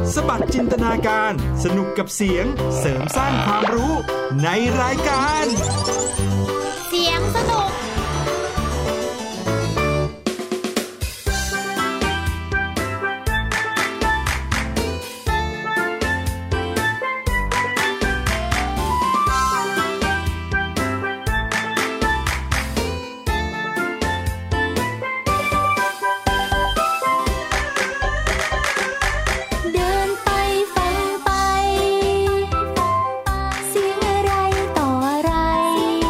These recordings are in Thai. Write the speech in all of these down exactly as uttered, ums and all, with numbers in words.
สบัดจินตนาการสนุกกับเสียงเสริมสร้างความรู้ในรายการเสียงสนุกเสียงอะไรต่ออะไร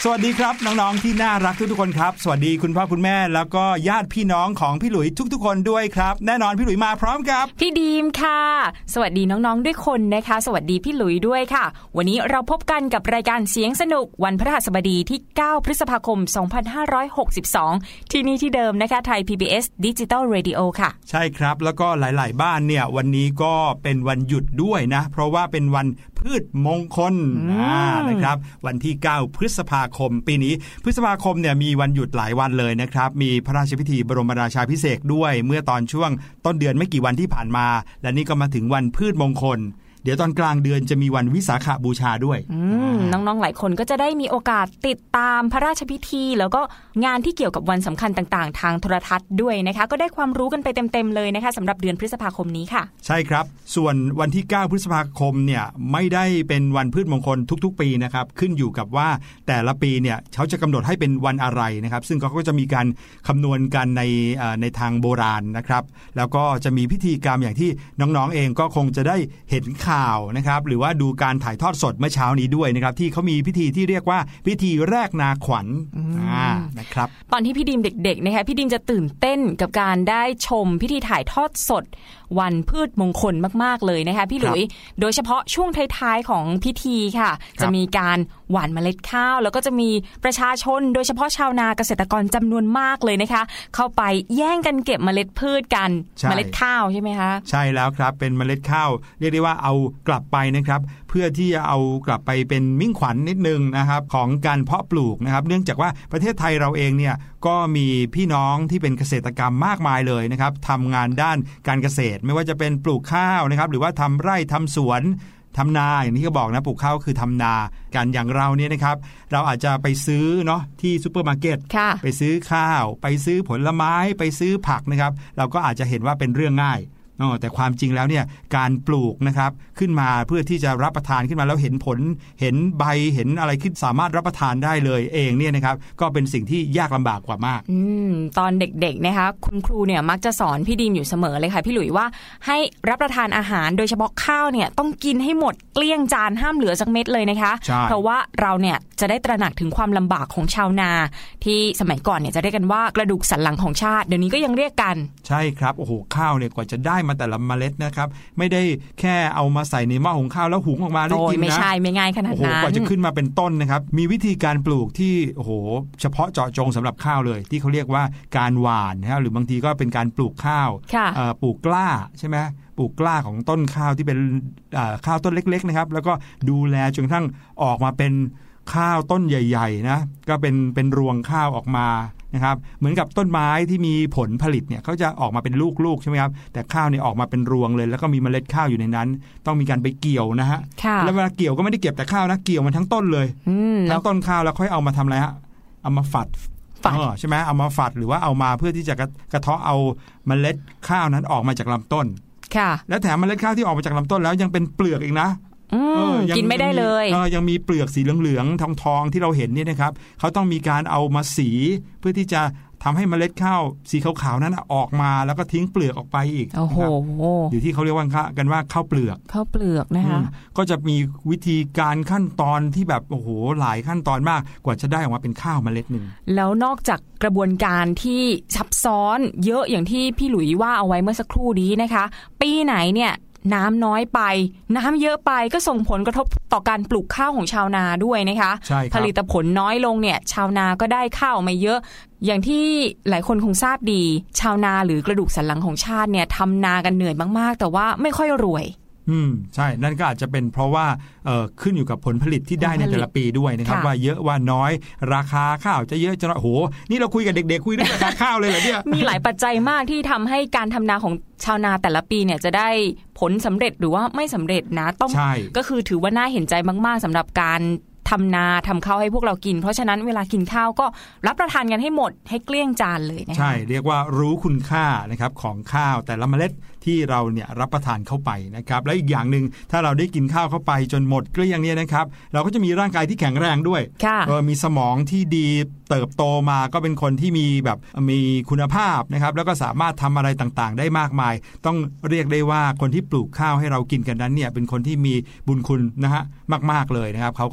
สวัสดีครับน้องๆที่น่ารักทุกๆคนครับสวัสดีคุณพ่อคุณแม่แล้วก็ญาติพี่น้องของพี่หลุยทุกๆคนด้วยครับแน่นอนพี่หลุยมาพร้อมกับพี่ดีมค่ะสวัสดีน้องๆด้วยคนนะคะสวัสดีพี่หลุยด้วยค่ะวันนี้เราพบกันกับรายการเสียงสนุกวันพฤหัสบดีที่เก้าพฤษภาคมสองพันห้าร้อยหกสิบสองที่นี่ที่เดิมนะคะไทย พี บี เอส Digital Radio ค่ะใช่ครับแล้วก็หลายๆบ้านเนี่ยวันนี้ก็เป็นวันหยุดด้วยนะเพราะว่าเป็นวันพืชมงคลนะครับวันที่เก้าพฤษภาคมปีนี้พฤษภาคมเนี่ยมีวันหยุดหลายวันเลยนะครับมีพระราชพิธีบรมราชาภิเษกด้วยเมื่อตอนช่วงต้นเดือนไม่กี่วันที่ผ่านมาและนี่ก็มาถึงวันพืชมงคลเดี๋ยวตอนกลางเดือนจะมีวันวิสาขบูชาด้วยน้องๆหลายคนก็จะได้มีโอกาสติดตามพระราชพิธีแล้วก็งานที่เกี่ยวกับวันสำคัญต่างๆทางโทรทัศน์ด้วยนะคะก็ได้ความรู้กันไปเต็มๆเลยนะคะสำหรับเดือนพฤษภาคมนี้ค่ะใช่ครับส่วนวันที่เก้าพฤษภาคมเนี่ยไม่ได้เป็นวันพืชมงคลทุกๆปีนะครับขึ้นอยู่กับว่าแต่ละปีเนี่ยเขาจะกำหนดให้เป็นวันอะไรนะครับซึ่งเขาก็จะมีการคำนวณกันในในทางโบราณนะครับแล้วก็จะมีพิธีกรรมอย่างที่น้องๆเองก็คงจะได้เห็นข่าวนะครับหรือว่าดูการถ่ายทอดสดเมื่อเช้านี้ด้วยนะครับที่เขามีพิธีที่เรียกว่าพิธีแรกนาขวัญนะครับตอนที่พี่ดิมเด็กๆนะคะพี่ดิมจะตื่นเต้นกับการได้ชมพิธีถ่ายทอดสดวันพืชมงคลมากๆเลยนะคะพี่หลุยโดยเฉพาะช่วงท้ายๆของพิธีค่ะจะมีการหว่านเมล็ดข้าวแล้วก็จะมีประชาชนโดยเฉพาะชาวนาเกษตรกรจำนวนมากเลยนะคะเข้าไปแย่งกันเก็บเมล็ดพืชกันเมล็ดข้าวใช่ไหมคะใช่แล้วครับเป็นเมล็ดข้าวเรียกได้ว่าเอากลับไปนะครับเพื่อที่จะเอากลับไปเป็นมิ่งขวัญ น, นิดนึงนะครับของการเพาะปลูกนะครับเนื่องจากว่าประเทศไทยเราเองเนี่ยก็มีพี่น้องที่เป็นเกษตรกรรมมากมายเลยนะครับทำงานด้านการเกษตรไม่ว่าจะเป็นปลูกข้าวนะครับหรือว่าทำไร่ทำสวนทำนาอย่างที่เขาบอกนะปลูกข้าวคือทำนาการอย่างเราเนี่ยนะครับเราอาจจะไปซื้อเนาะที่ซุปเปอร์มาร์เก็ตไปซื้อข้าวไปซื้อผลไม้ไปซื้อผักนะครับเราก็อาจจะเห็นว่าเป็นเรื่องง่ายแต่ความจริงแล้วเนี่ยการปลูกนะครับขึ้นมาเพื่อที่จะรับประทานขึ้นมาแล้วเห็นผลเห็นใบเห็นอะไรขึ้นสามารถรับประทานได้เลยเองเนี่ยนะครับก็เป็นสิ่งที่ยากลำบากกว่ามากอืมตอนเด็กๆนะคะคุณครูเนี่ยมักจะสอนพี่ดีมอยู่เสมอเลยค่ะพี่หลุยว่าให้รับประทานอาหารโดยเฉพาะข้าวเนี่ยต้องกินให้หมดเกลี้ยงจานห้ามเหลือสักเม็ดเลยนะคะเพราะว่าเราเนี่ยจะได้ตระหนักถึงความลำบากของชาวนาที่สมัยก่อนเนี่ยจะเรียกกันว่ากระดูกสันหลังของชาติเดี๋ยวนี้ก็ยังเรียกกันใช่ครับโอ้โหข้าวเนี่ยกว่าจะได้มาแต่ละเมล็ดนะครับไม่ได้แค่เอามาใส่ในหม้อหุงข้าวแล้วหุงออกมาได้กินนะไม่ใช่ไม่ง่ายขนาดนั้นโอ้โหกว่าจะขึ้นมาเป็นต้นนะครับมีวิธีการปลูกที่โอ้โหเฉพาะเจาะจงสำหรับข้าวเลยที่เขาเรียกว่าการหว่านนะหรือบางทีก็เป็นการปลูกข้าวปลูกกล้าใช่ไหมปลูกกล้าของต้นข้าวที่เป็นข้าวต้นเล็กๆนะครับแล้วก็ดูแลจนกระทั่งออกมาเป็นข้าวต้นใหญ่ๆนะก็เป็นเป็นรวงข้าวออกมานะครับเหมือนกับต้นไม้ที่มีผลผลิตเนี่ยเขาจะออกมาเป็นลูกๆใช่ไหมครับแต่ข้าวเนี่ยออกมาเป็นรวงเลยแล้วก็มีเมล็ดข้าวอยู่ในนั้นต้องมีการไปเกี่ยวนะฮะแล้วเวลาเกี่ยวก็ไม่ได้เก็บแต่ข้าวนะเกี่ยวมันทั้งต้นเลยทั้งต้นข้าวแล้วค่อยเอามาทำอะไรฮะเอามาฝัดใช่ไหมเอามาฝัดหรือว่าเอามาเพื่อที่จะกระเทาะเอาเมล็ดข้าวนั้นออกมาจากลำต้นและแถมเมล็ดข้าวที่ออกมาจากลำต้นแล้วยังเป็นเปลือกอีกนะกินไม่ได้เลยยังมีเปลือกสีเหลืองๆทองๆที่เราเห็นนี่นะครับเขาต้องมีการเอามาสีเพื่อที่จะทำให้เมล็ดข้าวสีขาวๆนั้นออกมาแล้วก็ทิ้งเปลือกออกไปอีกโอ้โหอยู่ที่เขาเรียกว่ากันว่าข้าวเปลือกข้าวเปลือกนะคะก็จะมีวิธีการขั้นตอนที่แบบโอ้โหหลายขั้นตอนมากกว่าจะได้ออกมาเป็นข้าวเมล็ดนึงแล้วนอกจากกระบวนการที่ซับซ้อนเยอะอย่างที่พี่หลุยว่าเอาไว้เมื่อสักครู่นี้นะคะปีไหนเนี่ยน้ำน้อยไปน้ำเยอะไปก็ส่งผลกระทบต่อการปลูกข้าวของชาวนาด้วยนะคะผลิตผลน้อยลงเนี่ยชาวนาก็ได้ข้าวมาเยอะอย่างที่หลายคนคงทราบดีชาวนาหรือกระดูกสันหลังของชาติเนี่ยทำนากันเหนื่อยมากๆแต่ว่าไม่ค่อยรวยอืมใช่นั่นก็อาจจะเป็นเพราะว่าเอ่อขึ้นอยู่กับผลผลิตที่ได้ในแต่ละปีด้วยนะครับว่าเยอะว่าน้อยราคาข้าวจะเยอะจะน้อยโหนี่เราคุยกับเด็กๆคุยเรื่องราคาข้าวเลยเหรอเนี่ยมีหลายปัจจัยมากที่ทำให้การทำนาของชาวนาแต่ละปีเนี่ยจะได้ผลสำเร็จหรือว่าไม่สำเร็จนะต้องก็คือถือว่าน่าเห็นใจมากๆสำหรับการทำนาทำข้าวให้พวกเรากินเพราะฉะนั้นเวลากินข้าวก็รับประทานกันให้หมดให้เกลี้ยงจานเลยนะคะใช่เรียกว่ารู้คุณค่านะครับของข้าวแต่ละเมล็ดที่เราเนี่ยรับประทานเข้าไปนะครับและอีกอย่างนึงถ้าเราได้กินข้าวเข้าไปจนหมดเกลี้ยงเนี่ยนะครับเราก็จะมีร่างกายที่แข็งแรงด้วยเออมีสมองที่ดีเติบโตมาก็เป็นคนที่มีแบบมีคุณภาพนะครับแล้วก็สามารถทำอะไรต่างๆได้มากมายต้องเรียกได้ว่าคนที่ปลูกข้าวให้เรากินกันนั้นเนี่ยเป็นคนที่มีบุญคุณนะฮะมากๆเลยนะครับเขาก็ท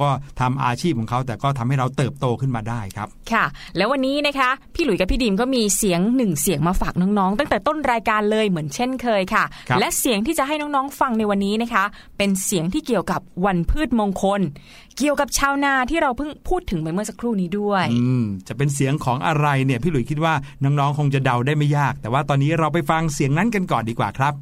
ทำอาชีพของเขาแต่ก็ทำให้เราเติบโตขึ้นมาได้ครับค่ะแล้ววันนี้นะคะพี่หลุยส์กับพี่ดิมก็มีเสียงหนึ่งเสียงมาฝากน้องๆตั้งแต่ต้นรายการเลยเหมือนเช่นเคยค่ะและเสียงที่จะให้น้องๆฟังในวันนี้นะคะเป็นเสียงที่เกี่ยวกับวันพืชมงคลเกี่ยวกับชาวนาที่เราเพิ่งพูดถึงไปเมื่อสักครู่นี้ด้วยอืมจะเป็นเสียงของอะไรเนี่ยพี่หลุยส์คิดว่าน้องๆคงจะเดาได้ไม่ยากแต่ว่าตอนนี้เราไปฟังเสียงนั้นกันก่อนดีกว่าครับ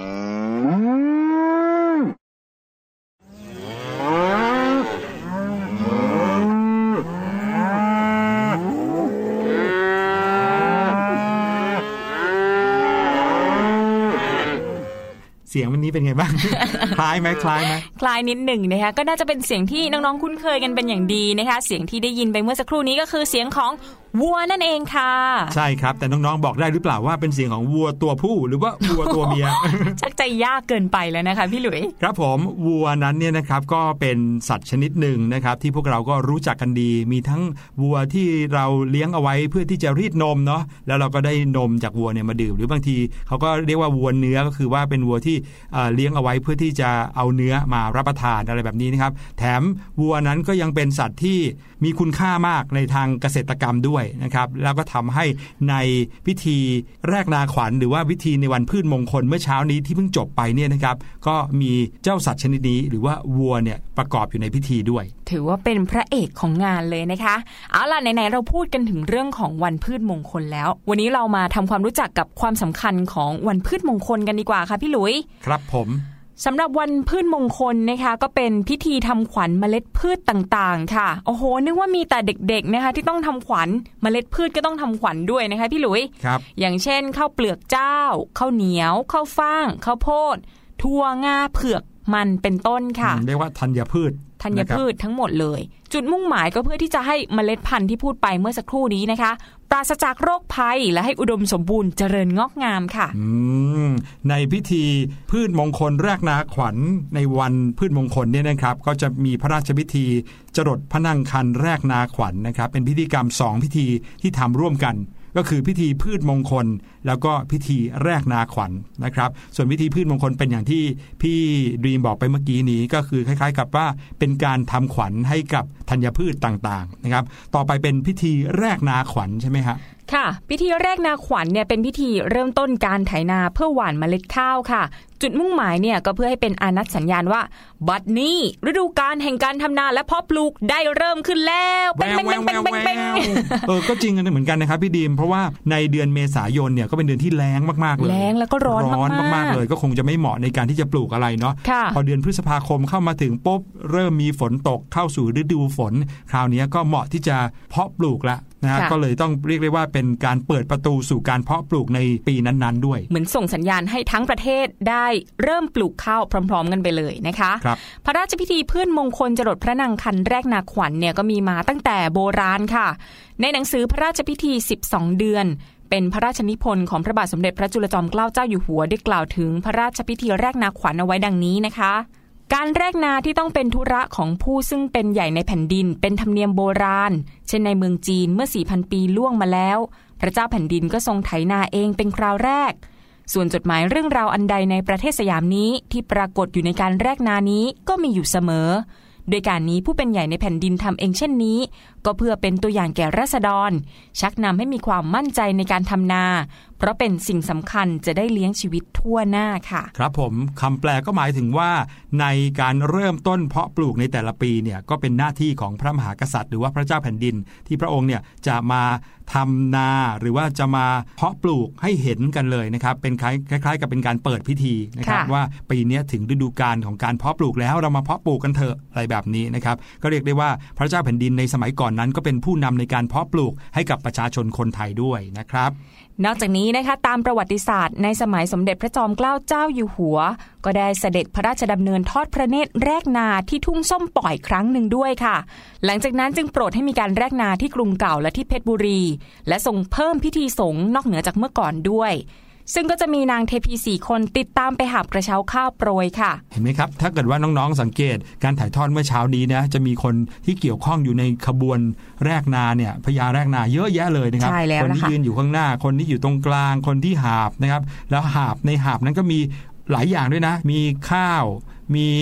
เสียงวันนี้เป็นไงบ้าง คล้ายไหมคล้ายไหมคล้ายนิดหนึ่งนะคะก็น่าจะเป็นเสียงที่น้องๆคุ้นเคยกันเป็นอย่างดีนะคะเสียงที่ได้ยินไปเมื่อสักครู่นี้ก็คือเสียงของวัวนั่นเองค่ะใช่ครับแต่น้องๆบอกได้หรือเปล่าว่าเป็นเสียงของวัวตัวผู้หรือว่าวัวตัวเมียชักใจยากเกินไปแล้วนะคะพี่หลุยครับผมวัวนั้นเนี่ยนะครับก็เป็นสัตว์ชนิดหนึ่งนะครับที่พวกเราก็รู้จักกันดีมีทั้งวัวที่เราเลี้ยงเอาไว้เพื่อที่จะรีดนมเนาะแล้วเราก็ได้นมจากวัวเนี่ยมาดื่มหรือบางทีเขาก็เรียกว่าวัวเนื้อก็คือว่าเป็นวัวที่เลี้ยงเอาไว้เพื่อที่จะเอาเนื้อมารับประทานอะไรแบบนี้นะครับแถมวัวนั้นก็ยังเป็นสัตว์ที่มีคุณค่ามากในทางเกษตรกรรมด้วยนะครับแล้วก็ทำให้ในพิธีแรกนาขวัญหรือว่าพิธีในวันพืชมงคลเมื่อเช้านี้ที่เพิ่งจบไปเนี่ยนะครับก็มีเจ้าสัตว์ชนิดนี้หรือว่าวัวเนี่ยประกอบอยู่ในพิธีด้วยถือว่าเป็นพระเอกของงานเลยนะคะเอาล่ะไหนๆเราพูดกันถึงเรื่องของวันพืชมงคลแล้ววันนี้เรามาทำความรู้จักกับความสำคัญของวันพืชมงคลกันดีกว่าค่ะพี่หลุยครับผมสำหรับวันพืชมงคลนะคะก็เป็นพิธีทำขวัญเมล็ดพืชต่างๆค่ะโอ้โหนึกว่ามีแต่เด็กๆนะคะที่ต้องทำขวัญเมล็ดพืชก็ต้องทำขวัญด้วยนะคะพี่หลุยครับอย่างเช่นข้าวเปลือกเจ้าข้าวเหนียวข้าวฟ่างข้าวโพดถั่วงาเผือกมันเป็นต้นค่ะเรียกว่าธัญพืชธัญพืชทั้งหมดเลยจุดมุ่งหมายก็เพื่อที่จะให้เมล็ดพันธุ์ที่พูดไปเมื่อสักครู่นี้นะคะปราศจากโรคภัยและให้อุดมสมบูรณ์เจริญงอกงามค่ะในพิธีพืชมงคลแรกนาขวัญในวันพืชมงคลเนี่ยนะครับก็จะมีพระราชพิธีจรดพระนางคันแรกนาขวัญ นะครับเป็นพิธีกรรมสองพิธีที่ทำร่วมกันก็คือพิธีพืชมงคลแล้วก็พิธีแรกนาขวัญ นะครับส่วนพิธีพืชมงคลเป็นอย่างที่พี่ดรีมบอกไปเมื่อกี้นี้ก็คือคล้ายๆกับว่าเป็นการทำขวัญให้กับธัญพืชต่างๆนะครับต่อไปเป็นพิธีแรกนาขวัญใช่ไหมฮะค่ะพิธีแรกนาขวัญเนี่ยเป็นพิธีเริ่มต้นการไถนาเพื่อหว่านเมล็ดข้าวค่ะจุดมุ่งหมายเนี่ยก็เพื่อให้เป็นอานัตสัญญาณว่าบัดนี้ฤดูกาลแห่งการทำนาและเพาะปลูกได้เริ่มขึ้นแล้วแบงแบงแบงแบงแบงเออก็จริงกันเหมือนกันนะครับพี่ดีมเพราะว่าในเดือนเมษายนเนี่ยก็เป็นเดือนที่แล้งมากๆเลยแล้งแล้วก็ร้อนร้อนมากๆเลยก็คงจะไม่เหมาะในการที่จะปลูกอะไรเนาะพอเดือนพฤษภาคมเข้ามาถึงปุ๊บเริ่มมีฝนตกเข้าสู่ฤดูฝนคราวนี้ก็เหมาะที่จะเพาะปลูกละนะฮะก็เลยต้องเรียกได้ว่าเป็นการเปิดประตูสู่การเพาะปลูกในปีนั้นๆด้วยเหมือนส่งสัญญาณให้ทั้งประเทศได้เริ่มปลูกข้าวพร้อมๆกันไปเลยนะคะพระราชพิธีพืชมงคลจรดพระนางคันแรกนาขวัญเนี่ยก็มีมาตั้งแต่โบราณค่ะในหนังสือพระราชพิธีสิบสองเดือนเป็นพระราชนิพนธ์ของพระบาทสมเด็จพระจุลจอมเกล้าเจ้าอยู่หัวได้กล่าวถึงพระราชพิธีแรกนาขวัญเอาไว้ดังนี้นะคะการแรกนาที่ต้องเป็นธุระของผู้ซึ่งเป็นใหญ่ในแผ่นดินเป็นธรรมเนียมโบราณเช่นในเมืองจีนเมื่อ สี่พัน ปีล่วงมาแล้วพระเจ้าแผ่นดินก็ทรงไถนาเองเป็นคราวแรกส่วนจดหมายเรื่องราวอันใดในประเทศสยามนี้ที่ปรากฏอยู่ในการแรกนานี้ก็มีอยู่เสมอโดยการนี้ผู้เป็นใหญ่ในแผ่นดินทำเองเช่นนี้ก็เพื่อเป็นตัวอย่างแก่ราษฎรชักนำให้มีความมั่นใจในการทำนาเพราะเป็นสิ่งสำคัญจะได้เลี้ยงชีวิตทั่วหน้าค่ะครับผมคำแปลก็หมายถึงว่าในการเริ่มต้นเพาะปลูกในแต่ละปีเนี่ยก็เป็นหน้าที่ของพระมหากษัตริย์หรือว่าพระเจ้าแผ่นดินที่พระองค์เนี่ยจะมาทำนาหรือว่าจะมาเพาะปลูกให้เห็นกันเลยนะครับเป็นคล้ายๆกับเป็นการเปิดพิธีนะครับว่าปีนี้ถึงฤดูกาลของการเพาะปลูกแล้วเรามาเพาะปลูกกันเถอะอะไรแบบนี้นะครับก็เรียกได้ว่าพระเจ้าแผ่นดินในสมัยก่อนนั้นก็เป็นผู้นำในการเพาะปลูกให้กับประชาชนคนไทยด้วยนะครับนอกจากนี้นะคะตามประวัติศาสตร์ในสมัยสมเด็จพระจอมเกล้าเจ้าอยู่หัวก็ได้เสด็จพระราชดำเนินทอดพระเนตรแรกนาที่ทุ่งส้มปล่อยครั้งหนึ่งด้วยค่ะหลังจากนั้นจึงโปรดให้มีการแรกนาที่กรุงเก่าและที่เพชรบุรีและทรงเพิ่มพิธีสงฆ์นอกเหนือจากเมื่อก่อนด้วยซึ่งก็จะมีนางเทพีสี่คนติดตามไปหาบกระเช้าข้าวโปรยค่ะเห็นไหมครับถ้าเกิดว่าน้องๆสังเกตการถ่ายทอดเมื่อเช้านี้นะจะมีคนที่เกี่ยวข้องอยู่ในขบวนแรกนาเนี่ยพญาแรกนาเยอะแยะเลยนะครับคนที่ยืนอยู่ข้างหน้าคนที่อยู่ตรงกลางคนที่หาบนะครับแล้วหาบในหาบนั้นก็มีหลายอย่างด้วยนะมีข้าวมี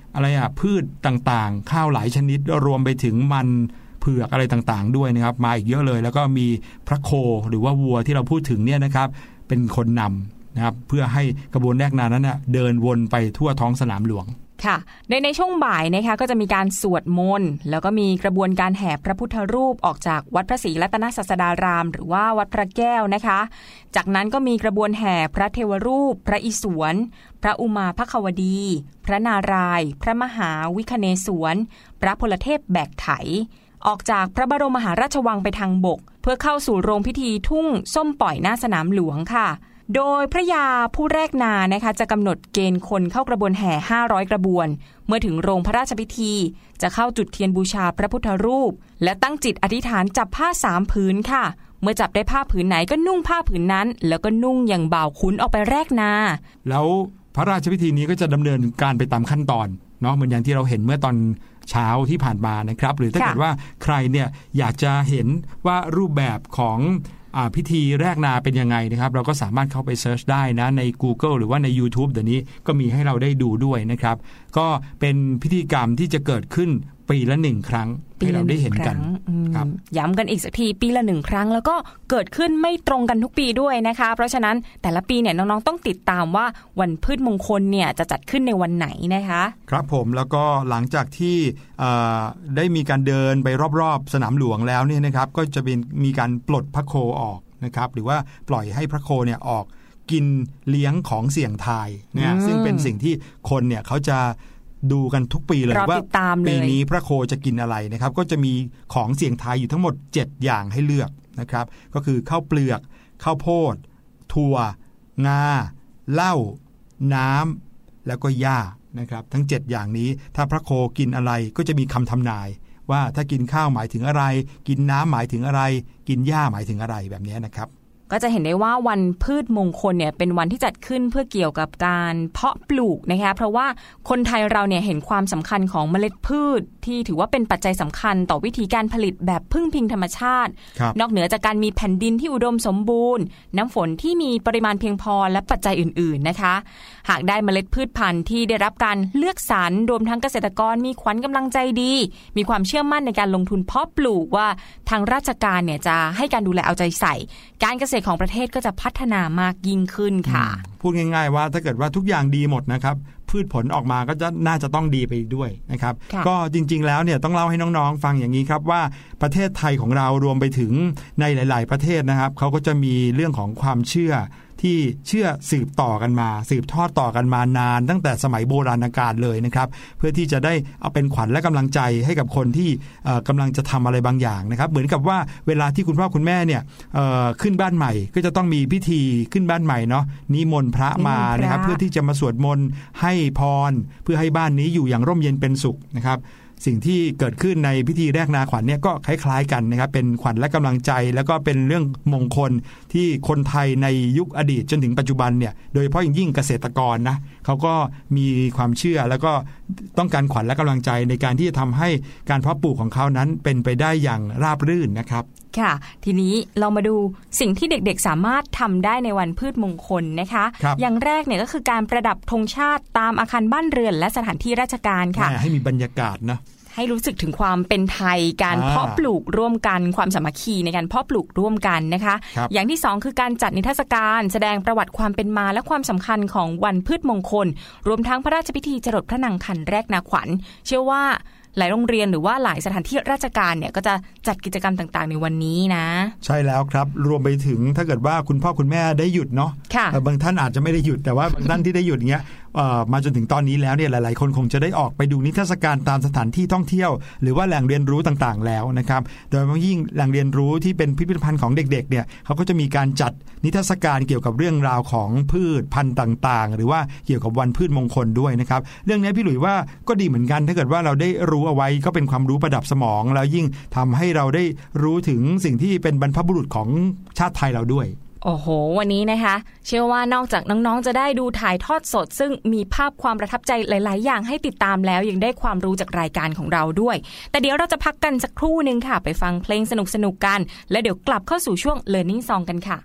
อะไรอ่ะพืชต่างๆข้าวหลายชนิดรวมไปถึงมันเผือกอะไรต่างๆด้วยนะครับมาอีกเยอะเลยแล้วก็มีพระโคหรือว่าวัวที่เราพูดถึงเนี่ยนะครับเป็นคนนำนะครับเพื่อให้กระบวนแรกนานั้นนะเดินวนไปทั่วท้องสนามหลวงค่ะในในช่วงบ่ายนะคะก็จะมีการสวดมนต์แล้วก็มีกระบวนการแห่พระพุทธรูปออกจากวัดพระศรีรัตนศาสดารามหรือว่าวัดพระแก้วนะคะจากนั้นก็มีกระบวนแห่พระเทวรูปพระอิศวรพระอุมาภควดี พระนารายณ์พระมหาวิคเนศวรพระพลเทพแบกไถออกจากพระบรมมหาราชวังไปทางบกเพื่อเข้าสู่โรงพิธีทุ่งส้มปล่อยหน้าสนามหลวงค่ะโดยพระยาผู้แรกนานะคะจะกำหนดเกณฑ์คนเข้ากระบวนแห่ห้าร้อยกระบวนเมื่อถึงโรงพระราชพิธีจะเข้าจุดเทียนบูชาพระพุทธรูปและตั้งจิตอธิษฐานจับผ้าสามผืนค่ะเมื่อจับได้ผ้าผืนไหนก็นุ่งผ้าผืนนั้นแล้วก็นุ่งอย่างบ่าวขุนออกไปแรกนาแล้วพระราชพิธีนี้ก็จะดำเนินการไปตามขั้นตอนเนาะเหมือนอย่างที่เราเห็นเมื่อตอนเช้าที่ผ่านมานะครับหรือถ้าเกิดว่าใครเนี่ยอยากจะเห็นว่ารูปแบบของพิธีแรกนาเป็นยังไงนะครับเราก็สามารถเข้าไปเซิร์ชได้นะใน Google หรือว่าใน YouTube เดี๋ยวนี้ก็มีให้เราได้ดูด้วยนะครับก็เป็นพิธีกรรมที่จะเกิดขึ้นปีละหนึ่งครั้งให้เราได้เห็นกันครับย้ำกันอีกสักทีปีละหนึ่งครั้งแล้วก็เกิดขึ้นไม่ตรงกันทุกปีด้วยนะคะเพราะฉะนั้นแต่ละปีเนี่ยน้องๆต้องติดตามว่าวันพืชมงคลเนี่ยจะจัดขึ้นในวันไหนนะคะครับผมแล้วก็หลังจากที่ได้มีการเดินไปรอบๆสนามหลวงแล้วเนี่ยนะครับก็จะเป็นมีการปลดพระโคออกนะครับหรือว่าปล่อยให้พระโคเนี่ยออกกินเลี้ยงของเสี่ยงทายเนี่ยซึ่งเป็นสิ่งที่คนเนี่ยเขาจะดูกันทุกปีเลยว่าปีนี้พระโคจะกินอะไรนะครับก็จะมีของเสี่ยงทายอยู่ทั้งหมดเจ็ดอย่างให้เลือกนะครับก็คือข้าวเปลือกข้าวโพดถั่วงาเหล้าน้ำแล้วก็หญ้านะครับทั้งเจ็ดอย่างนี้ถ้าพระโคกินอะไรก็จะมีคำทำนายว่าถ้ากินข้าวหมายถึงอะไรกินน้ำหมายถึงอะไรกินหญ้าหมายถึงอะไรแบบนี้นะครับก็จะเห็นได้ว่าวันพืชมงคลเนี่ยเป็นวันที่จัดขึ้นเพื่อเกี่ยวกับการเพาะปลูกนะคะเพราะว่าคนไทยเราเนี่ยเห็นความสำคัญของเมล็ดพืชที่ถือว่าเป็นปัจจัยสำคัญต่อวิธีการผลิตแบบพึ่งพิงธรรมชาตินอกเหนือจากการมีแผ่นดินที่อุดมสมบูรณ์น้ำฝนที่มีปริมาณเพียงพอและปัจจัยอื่นๆนะคะหากได้เมล็ดพืชพันธุ์ที่ได้รับการเลือกสรรรวมทั้งเกษตรกรมีขวัญกำลังใจดีมีความเชื่อมั่นในการลงทุนเพาะปลูกว่าทางราชการเนี่ยจะให้การดูแลเอาใจใส่การเกษตรของประเทศก็จะพัฒนามากยิ่งขึ้นค่ะพูดง่ายๆว่าถ้าเกิดว่าทุกอย่างดีหมดนะครับพืชผลออกมาก็จะน่าจะต้องดีไปด้วยนะครับก็จริงๆแล้วเนี่ยต้องเล่าให้น้องๆฟังอย่างนี้ครับว่าประเทศไทยของเรารวมไปถึงในหลายๆประเทศนะครับเขาก็จะมีเรื่องของความเชื่อที่เชื่อสืบต่อกันมาสืบทอดต่อกันมานานตั้งแต่สมัยโบราณกาลเลยนะครับเพื่อที่จะได้เอาเป็นขวัญและกำลังใจให้กับคนที่กำลังจะทำอะไรบางอย่างนะครับเหมือนกับว่าเวลาที่คุณพ่อคุณแม่เนี่ยขึ้นบ้านใหม่ก็จะต้องมีพิธีขึ้นบ้านใหม่เนาะนิมนต์พระมานะครับเพื่อที่จะมาสวดมนต์ให้พรเพื่อให้บ้านนี้อยู่อย่างร่มเย็นเป็นสุขนะครับสิ่งที่เกิดขึ้นในพิธีแรกนาขวัญเนี่ยก็คล้ายๆกันนะครับเป็นขวัญและกำลังใจแล้วก็เป็นเรื่องมงคลที่คนไทยในยุคอดีตจนถึงปัจจุบันเนี่ยโดยเฉพาะอย่างยิ่งเกษตรกรนะเขาก็มีความเชื่อแล้วก็ต้องการขวัญและกำลังใจในการที่จะทำให้การเพาะปลูกของเขานั้นเป็นไปได้อย่างราบรื่นนะครับค่ะทีนี้เรามาดูสิ่งที่เด็กๆสามารถทำได้ในวันพืชมงคลนะคะอย่างแรกเนี่ยก็คือการประดับธงชาติตามอาคารบ้านเรือนและสถานที่ราชการค่ะให้มีบรรยากาศนะให้รู้สึกถึงความเป็นไทยการเพาะปลูกร่วมกันความสามัคคีในการเพาะปลูกร่วมกันนะคะอย่างที่สองคือการจัดนิทรรศการแสดงประวัติความเป็นมาและความสำคัญของวันพืชมงคลรวมทั้งพระราชพิธีจรดพระนางคันแรกนาขวัญเชื่อว่าหลายโรงเรียนหรือว่าหลายสถานที่ราชการเนี่ยก็จะจัดกิจกรรมต่างๆในวันนี้นะใช่แล้วครับรวมไปถึงถ้าเกิดว่าคุณพ่อคุณแม่ได้หยุดเนาะบางท่านอาจจะไม่ได้หยุดแต่ว่าบางท่านที่ได้หยุดเงี้ยมาจนถึงตอนนี้แล้วเนี่ยหลายๆคนคงจะได้ออกไปดูนิทรรศการตามสถานที่ท่องเที่ยวหรือว่าแหล่งเรียนรู้ต่างๆแล้วนะครับโดยเฉพาะยิ่งแหล่งเรียนรู้ที่เป็นพิพิธภัณฑ์ของเด็กๆเนี่ยเขาก็จะมีการจัดนิทรรศการเกี่ยวกับเรื่องราวของพืชพันธุ์ต่างๆหรือว่าเกี่ยวกับวันพืชมงคลด้วยนะครับเรื่องนี้พี่หลุยว่าก็ดีเหมือนกันถ้าเกิดว่าเราได้รู้เอาไว้ก็เป็นความรู้ประดับสมองแล้วยิ่งทำให้เราได้รู้ถึงสิ่งที่เป็นบรรพบุรุษของชาติไทยเราด้วยโอ้โหวันนี้นะคะเชื่อว่านอกจากน้องๆจะได้ดูถ่ายทอดสดซึ่งมีภาพความประทับใจหลายๆอย่างให้ติดตามแล้วยังได้ความรู้จากรายการของเราด้วยแต่เดี๋ยวเราจะพักกันสักครู่นึงค่ะไปฟังเพลงสนุกๆกันแล้วเดี๋ยวกลับเข้าสู่ช่วง Learning Song กันค่ะ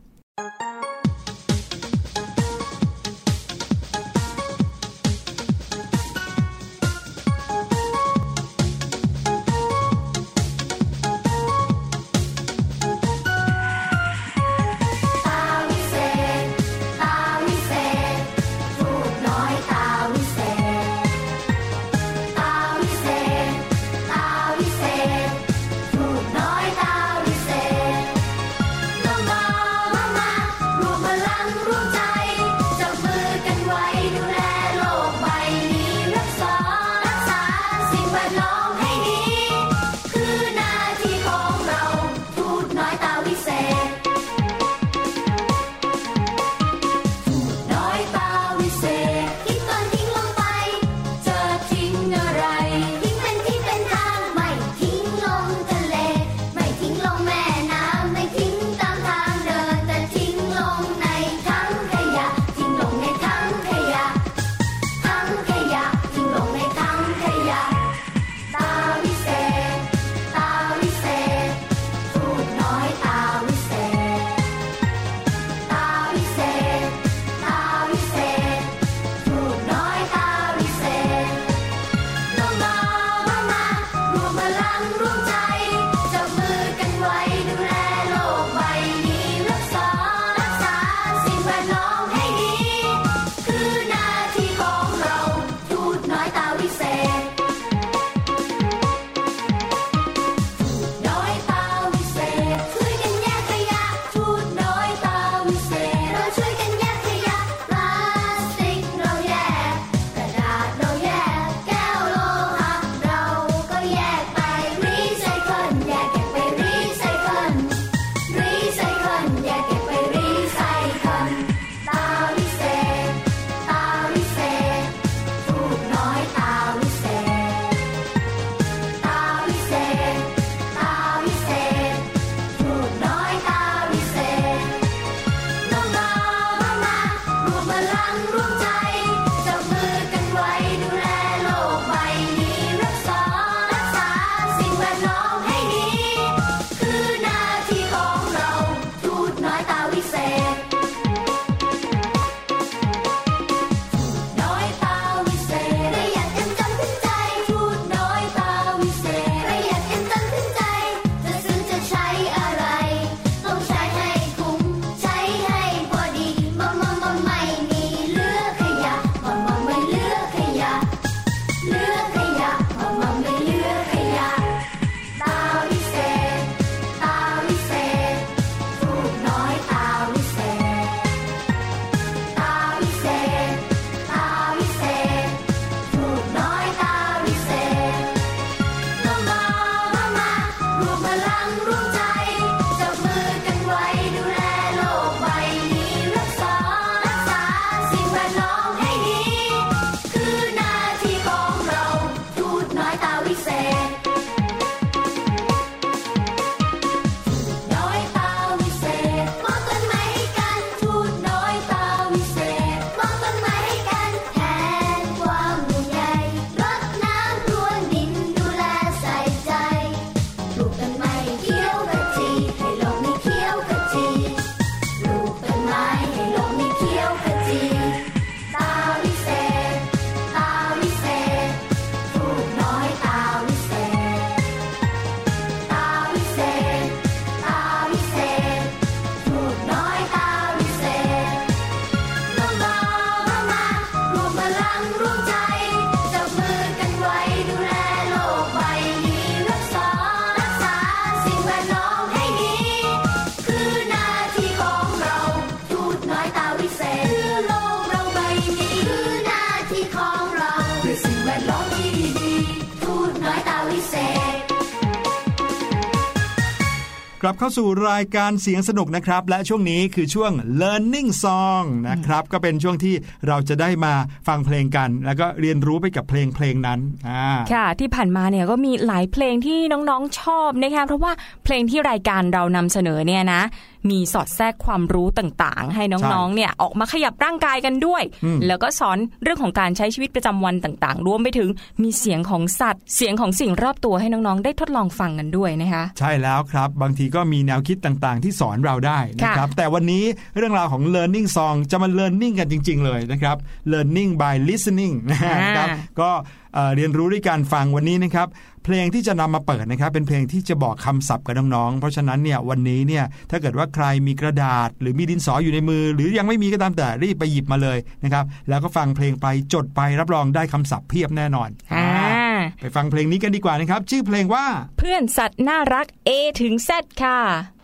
กลับเข้าสู่รายการเสียงสนุกนะครับและช่วงนี้คือช่วง Learning Song นะครับก็เป็นช่วงที่เราจะได้มาฟังเพลงกันแล้วก็เรียนรู้ไปกับเพลงเพลงนั้นค่ะที่ผ่านมาเนี่ยก็มีหลายเพลงที่น้องๆชอบนะคะเพราะว่าเพลงที่รายการเรานำเสนอเนี่ยนะมีสอดแทรกความรู้ต่างๆให้น้องๆเนี่ยออกมาขยับร่างกายกันด้วยแล้วก็สอนเรื่องของการใช้ชีวิตประจำวันต่างๆรวมไปถึงมีเสียงของสัตว์เสียงของสิ่งรอบตัวให้น้องๆได้ทดลองฟังกันด้วยนะคะใช่แล้วครับบางทีก็มีแนวคิดต่างๆที่สอนเราได้นะครับแต่วันนี้เรื่องราวของ Learning Song จะมา Learning กันจริงๆเลยนะครับ Learning by listening นะครับก็เรียนรู้ด้วยการฟังวันนี้นะครับเพลงที่จะนำมาเปิดนะครับเป็นเพลงที่จะบอกคำศัพท์กับน้องๆเพราะฉะนั้นเนี่ยวันนี้เนี่ยถ้าเกิดว่าใครมีกระดาษหรือมีดินสออยู่ในมือหรือยังไม่มีก็ตามแต่รีบไปหยิบมาเลยนะครับแล้วก็ฟังเพลงไปจดไปรับรองได้คำศัพท์เพียบแน่นอนไปฟังเพลงนี้กันดีกว่านะครับชื่อเพลงว่าเพื่อนสัตว์น่ารัก A ถึง Z ค่ะ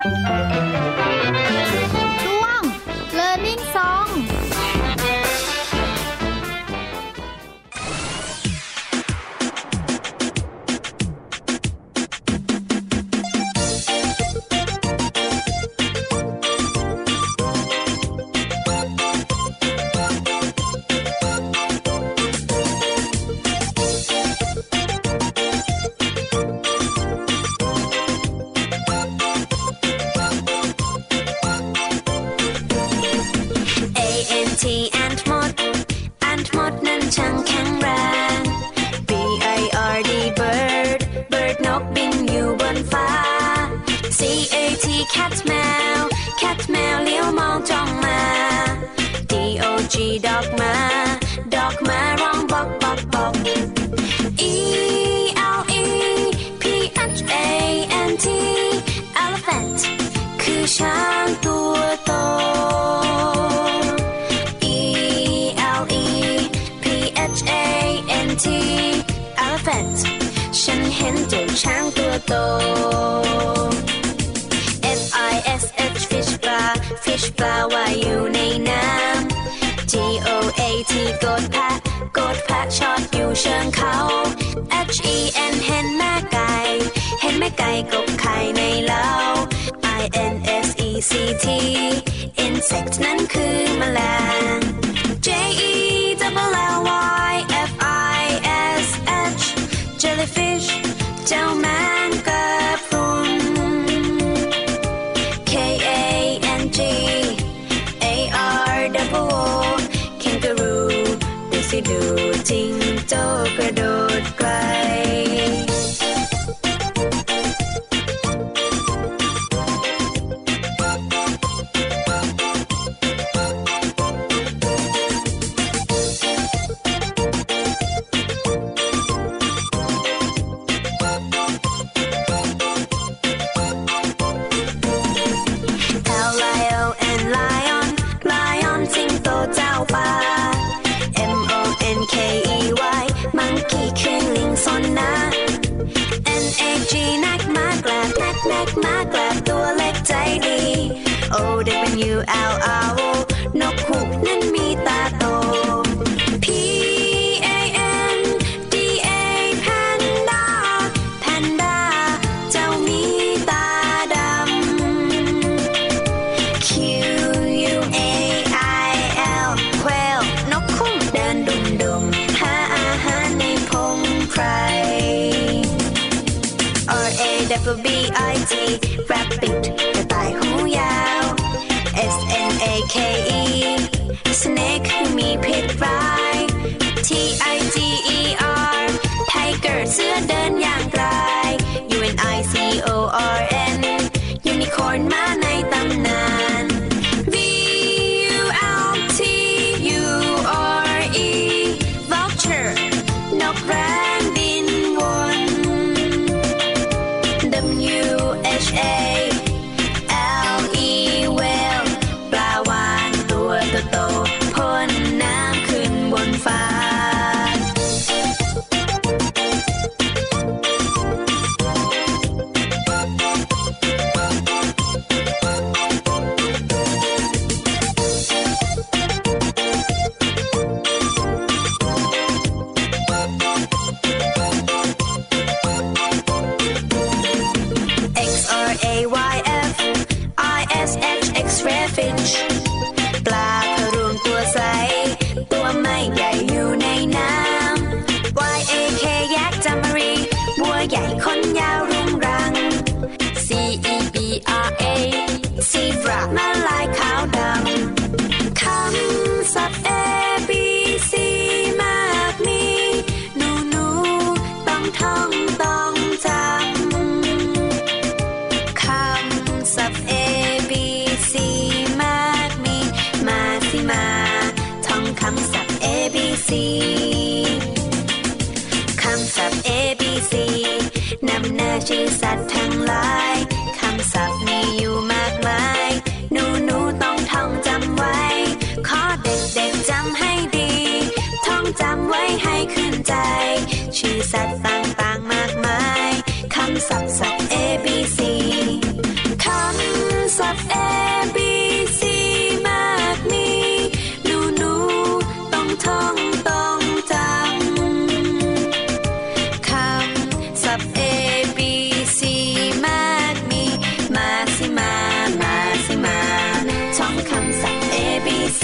ช่วง Learning Song cat แมว cat แมวเลี้ยวมองจ้องมา D O G dog มา dog มาร้องบอกบอกบอก E L E P H A N T elephant คือช้างตัวโต E L E P H A N T elephant ฉันเห็นเจ้าช้างตัวโตfish ปลา fish ปลาว่ายอยู่ในน้ำ G O A T โกดแพะโกดแพะชอดอยู่เชิงเขา H E N เห็นแม่ไก่เห็นแม่ไก่กบไข่ในเล้า I N S E C T insect นั้นคือแมลง J E L L Y F I S H jellyfish เจ้าแมงกะพรุนดูจิงโจ้กระโดดไกลU L L นกฮูกนั้นมีตาโต P A N D A Panda Panda เจ้ามีตาดำ Q U A I L Quail นกคุ้มเดินดุ่มดุ่มหาอาหารในพงไพร R A W B I T Rabbit กระต่ายหูยาวS N A K fish ปลาพะรวมตัวใสตัวไม่ใหญ่อยู่ในน้ำ Y A K ยักษ์จามรีบัวใหญ่ขนยาวรุงรัง C E B R A zebra ม้าลายขาวดำคำศัพท์ A B C มากมีหนูหนูต้องท่องต้องจำคำศัพท์ A B C มากมีมาสิมาท่องคำศัพท์ A B C คำศัพท์ A B C นำหน้าชื่อสัตว์ทั้งหลายคำศัพท์มีอยู่มากมายหนูหนูต้องท่องจำไว้ขอเด็กๆจำให้ดีท่องจำไว้ให้ขึ้นใจชื่อสัตว์ต่างๆมากมายคำศัพท์ศัพท์ A B C คำศัพท์ A B C มากมีหนูหนูต้องท่องต้องจำคำศัพท์ A B C มากมีมาสิมามาสิมาท่องคำศัพท์ A B C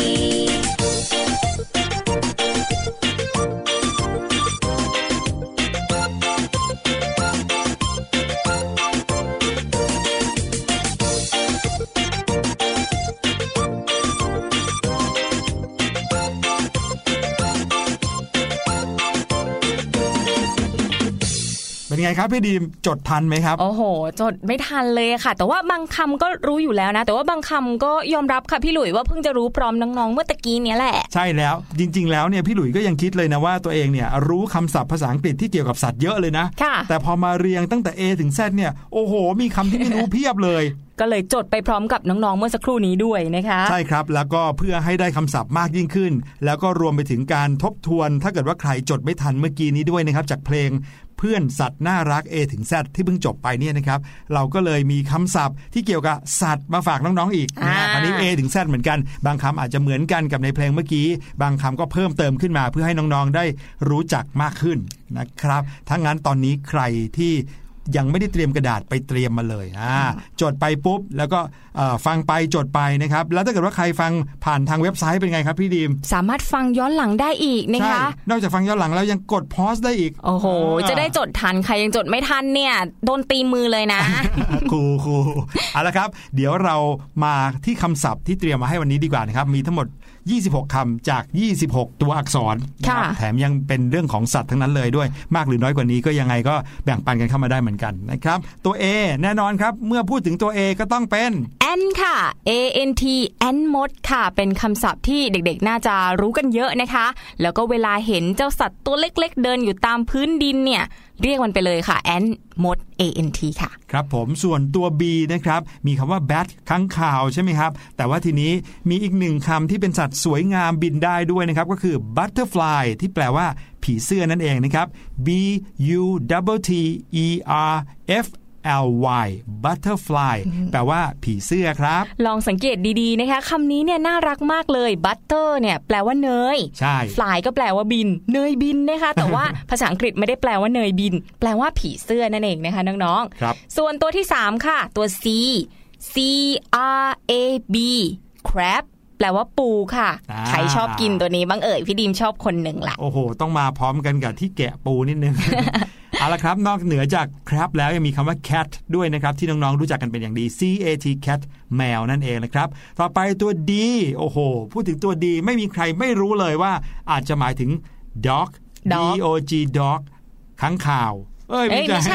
เป็นไงครับพี่ดีมจดทันไหมครับโอ้โหจดไม่ทันเลยค่ะแต่ว่าบางคำก็รู้อยู่แล้วนะแต่ว่าบางคำก็ยอมรับค่ะพี่หลุยว่าเพิ่งจะรู้พร้อมน้องๆเมื่อตะกี้นี้แหละใช่แล้วจริงๆแล้วเนี่ยพี่หลุยก็ยังคิดเลยนะว่าตัวเองเนี่ยรู้คำศัพท์ภาษาอังกฤษที่เกี่ยวกับสัตว์เยอะเลยนะแต่พอมาเรียงตั้งแต่ A ถึง Z เนี่ยโอ้โหมีคำที่ไม่รู้เพียบเลยก็เลยจดไปพร้อมกับน้องๆเมื่อสักครู่นี้ด้วยนะคะใช่ครับแล้วก็เพื่อให้ได้คำศัพท์มากยิ่งขึ้นแล้วก็รวมไปถึงการทบทวนถ้าเกิดว่าใครจดไม่ทันเมื่อกี้นี้ด้วยนะครับจากเพลงเพื่อนสัตว์น่ารัก A ถึง Z ที่เพิ่งจบไปเนี่ยนะครับเราก็เลยมีคำศัพท์ที่เกี่ยวกับสัตว์มาฝากน้องๆอีกนะอันนี้ A ถึง Z เหมือนกันบางคำอาจจะเหมือนกันกับในเพลงเมื่อกี้บางคำก็เพิ่มเติมขึ้นมาเพื่อให้น้องๆได้รู้จักมากขึ้นนะครับถ้างั้นตอนนี้ใครที่ยังไม่ได้เตรียมกระดาษไปเตรียมมาเลยอ่าจดไปปุ๊บแล้วก็ฟังไปจดไปนะครับแล้วถ้าเกิดว่าใครฟังผ่านทางเว็บไซต์เป็นไงครับพี่ดีมสามารถฟังย้อนหลังได้อีกนะคะนอกจากฟังย้อนหลังแล้วยังกดพอสได้อีกโอ้โหจะได้จดทันใครยังจดไม่ทันเนี่ยโดนตีมือเลยนะครูครูเอาละครับเดี๋ยวเรามาที่คำศัพท์ที่เตรียมมาให้วันนี้ดีกว่านะครับมีทั้งหมดยี่สิบหกคำจากยี่สิบหกตัวอักษรนะครับแถมยังเป็นเรื่องของสัตว์ทั้งนั้นเลยด้วยมากหรือน้อยกว่านี้ก็ยังไงก็แบ่งปันกันเข้ามาได้เหมือนกันนะครับตัว A แน่นอนครับเมื่อพูดถึงตัว A ก็ต้องเป็น Ant ค่ะ A N T Ant มดค่ะเป็นคำศัพท์ที่เด็กๆน่าจะรู้กันเยอะนะคะแล้วก็เวลาเห็นเจ้าสัตว์ตัวเล็กๆเดินอยู่ตามพื้นดินเนี่ยเรียกมันไปเลยค่ะ Ant มด A N T ค่ะครับผมส่วนตัว B นะครับมีคำว่า bat ค้างคาวใช่ไหมครับแต่ว่าทีนี้มีอีกหนึ่งคำที่เป็นสัตว์สวยงามบินได้ด้วยนะครับก็คือ butterfly ที่แปลว่าผีเสื้อนั่นเองนะครับ B U T T E R F L Y butterfly แปลว่าผีเสื้อครับลองสังเกตดีๆนะคะคำนี้เนี่ยน่ารักมากเลย butter เนี่ยแปลว่าเนยใช่ fly ก็แปลว่าบินเนยบินนะคะแต่ว่า ภาษาอังกฤษไม่ได้แปลว่าเนยบินแปลว่าผีเสื้อนั่นเองนะคะน้องๆครับส่วนตัวที่สามค่ะตัว C C R A B crab แปลว่าปูค่ะใครชอบกินตัวนี้บ้างเอ่ยพี่ดีมชอบคนหนึ่งแหละโอ้โหต้องมาพร้อมกันกับที่แกะปูนิดนึง เอาละครับนอกเหนือจาก crab แล้วยังมีคำว่า cat ด้วยนะครับที่น้องๆรู้จักกันเป็นอย่างดี C A T cat แมวนั่นเองนะครับต่อไปตัว D โอ้โหพูดถึงตัว D ไม่มีใครไม่รู้เลยว่าอาจจะหมายถึง dog D O G dog ค้างคาวเอ้ยไม่ใช่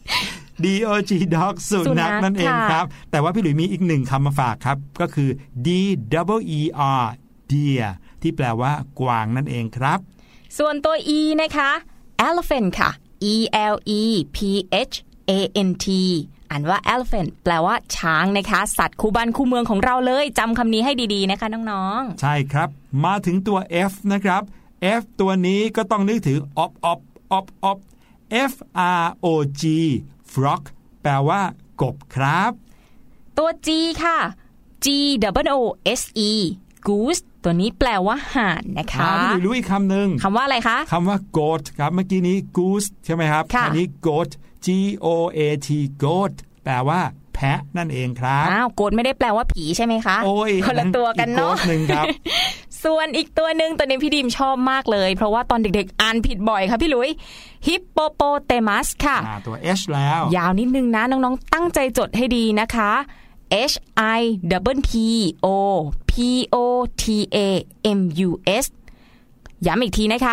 D O G dog สุนัขนั่นเองครับแต่ว่าพี่หลุยมีอีกหนึ่งคำมาฝากครับก็คือ D W E R deer ที่แปลว่ากวางนั่นเองครับส่วนตัว E นะคะ elephant ค่ะ E L E P H A N T อ่านว่า elephant แปลว่าช้างนะคะสัตว์คู่บ้านคู่เมืองของเราเลยจำคำนี้ให้ดีๆนะคะน้องๆใช่ครับมาถึงตัว F นะครับ F ตัวนี้ก็ต้องนึกถึง op op op op F R O G frog แปลว่ากบครับตัว G ค่ะ G O O S E goose ตัวนี้แปลว่าห่านนะคะพี่รู้อีกคำหนึ่งคำว่าอะไรคะคำว่า goat ครับเมื่อกี้นี้ goose ใช่ไหมครับอันนี้ goat G O A T goat แปลว่าแแพะนั่นเองครับอ้าวโกดไม่ได้แปลว่าผีใช่ไหมคะโอ้ยคนละตัวกันเนาะอีกโกดนึงครับส่วนอีกตัวนึงตัวนี้พี่ดิมชอบมากเลยเพราะว่าตอนเด็กๆอ่านผิดบ่อยค่ะพี่หลุยฮิปโปโปเตมัสค่ะตัว H แล้วยาวนิดนึงนะน้องๆตั้งใจจดให้ดีนะคะ H I P P O P O T A M U S ย้ำอีกทีนะคะ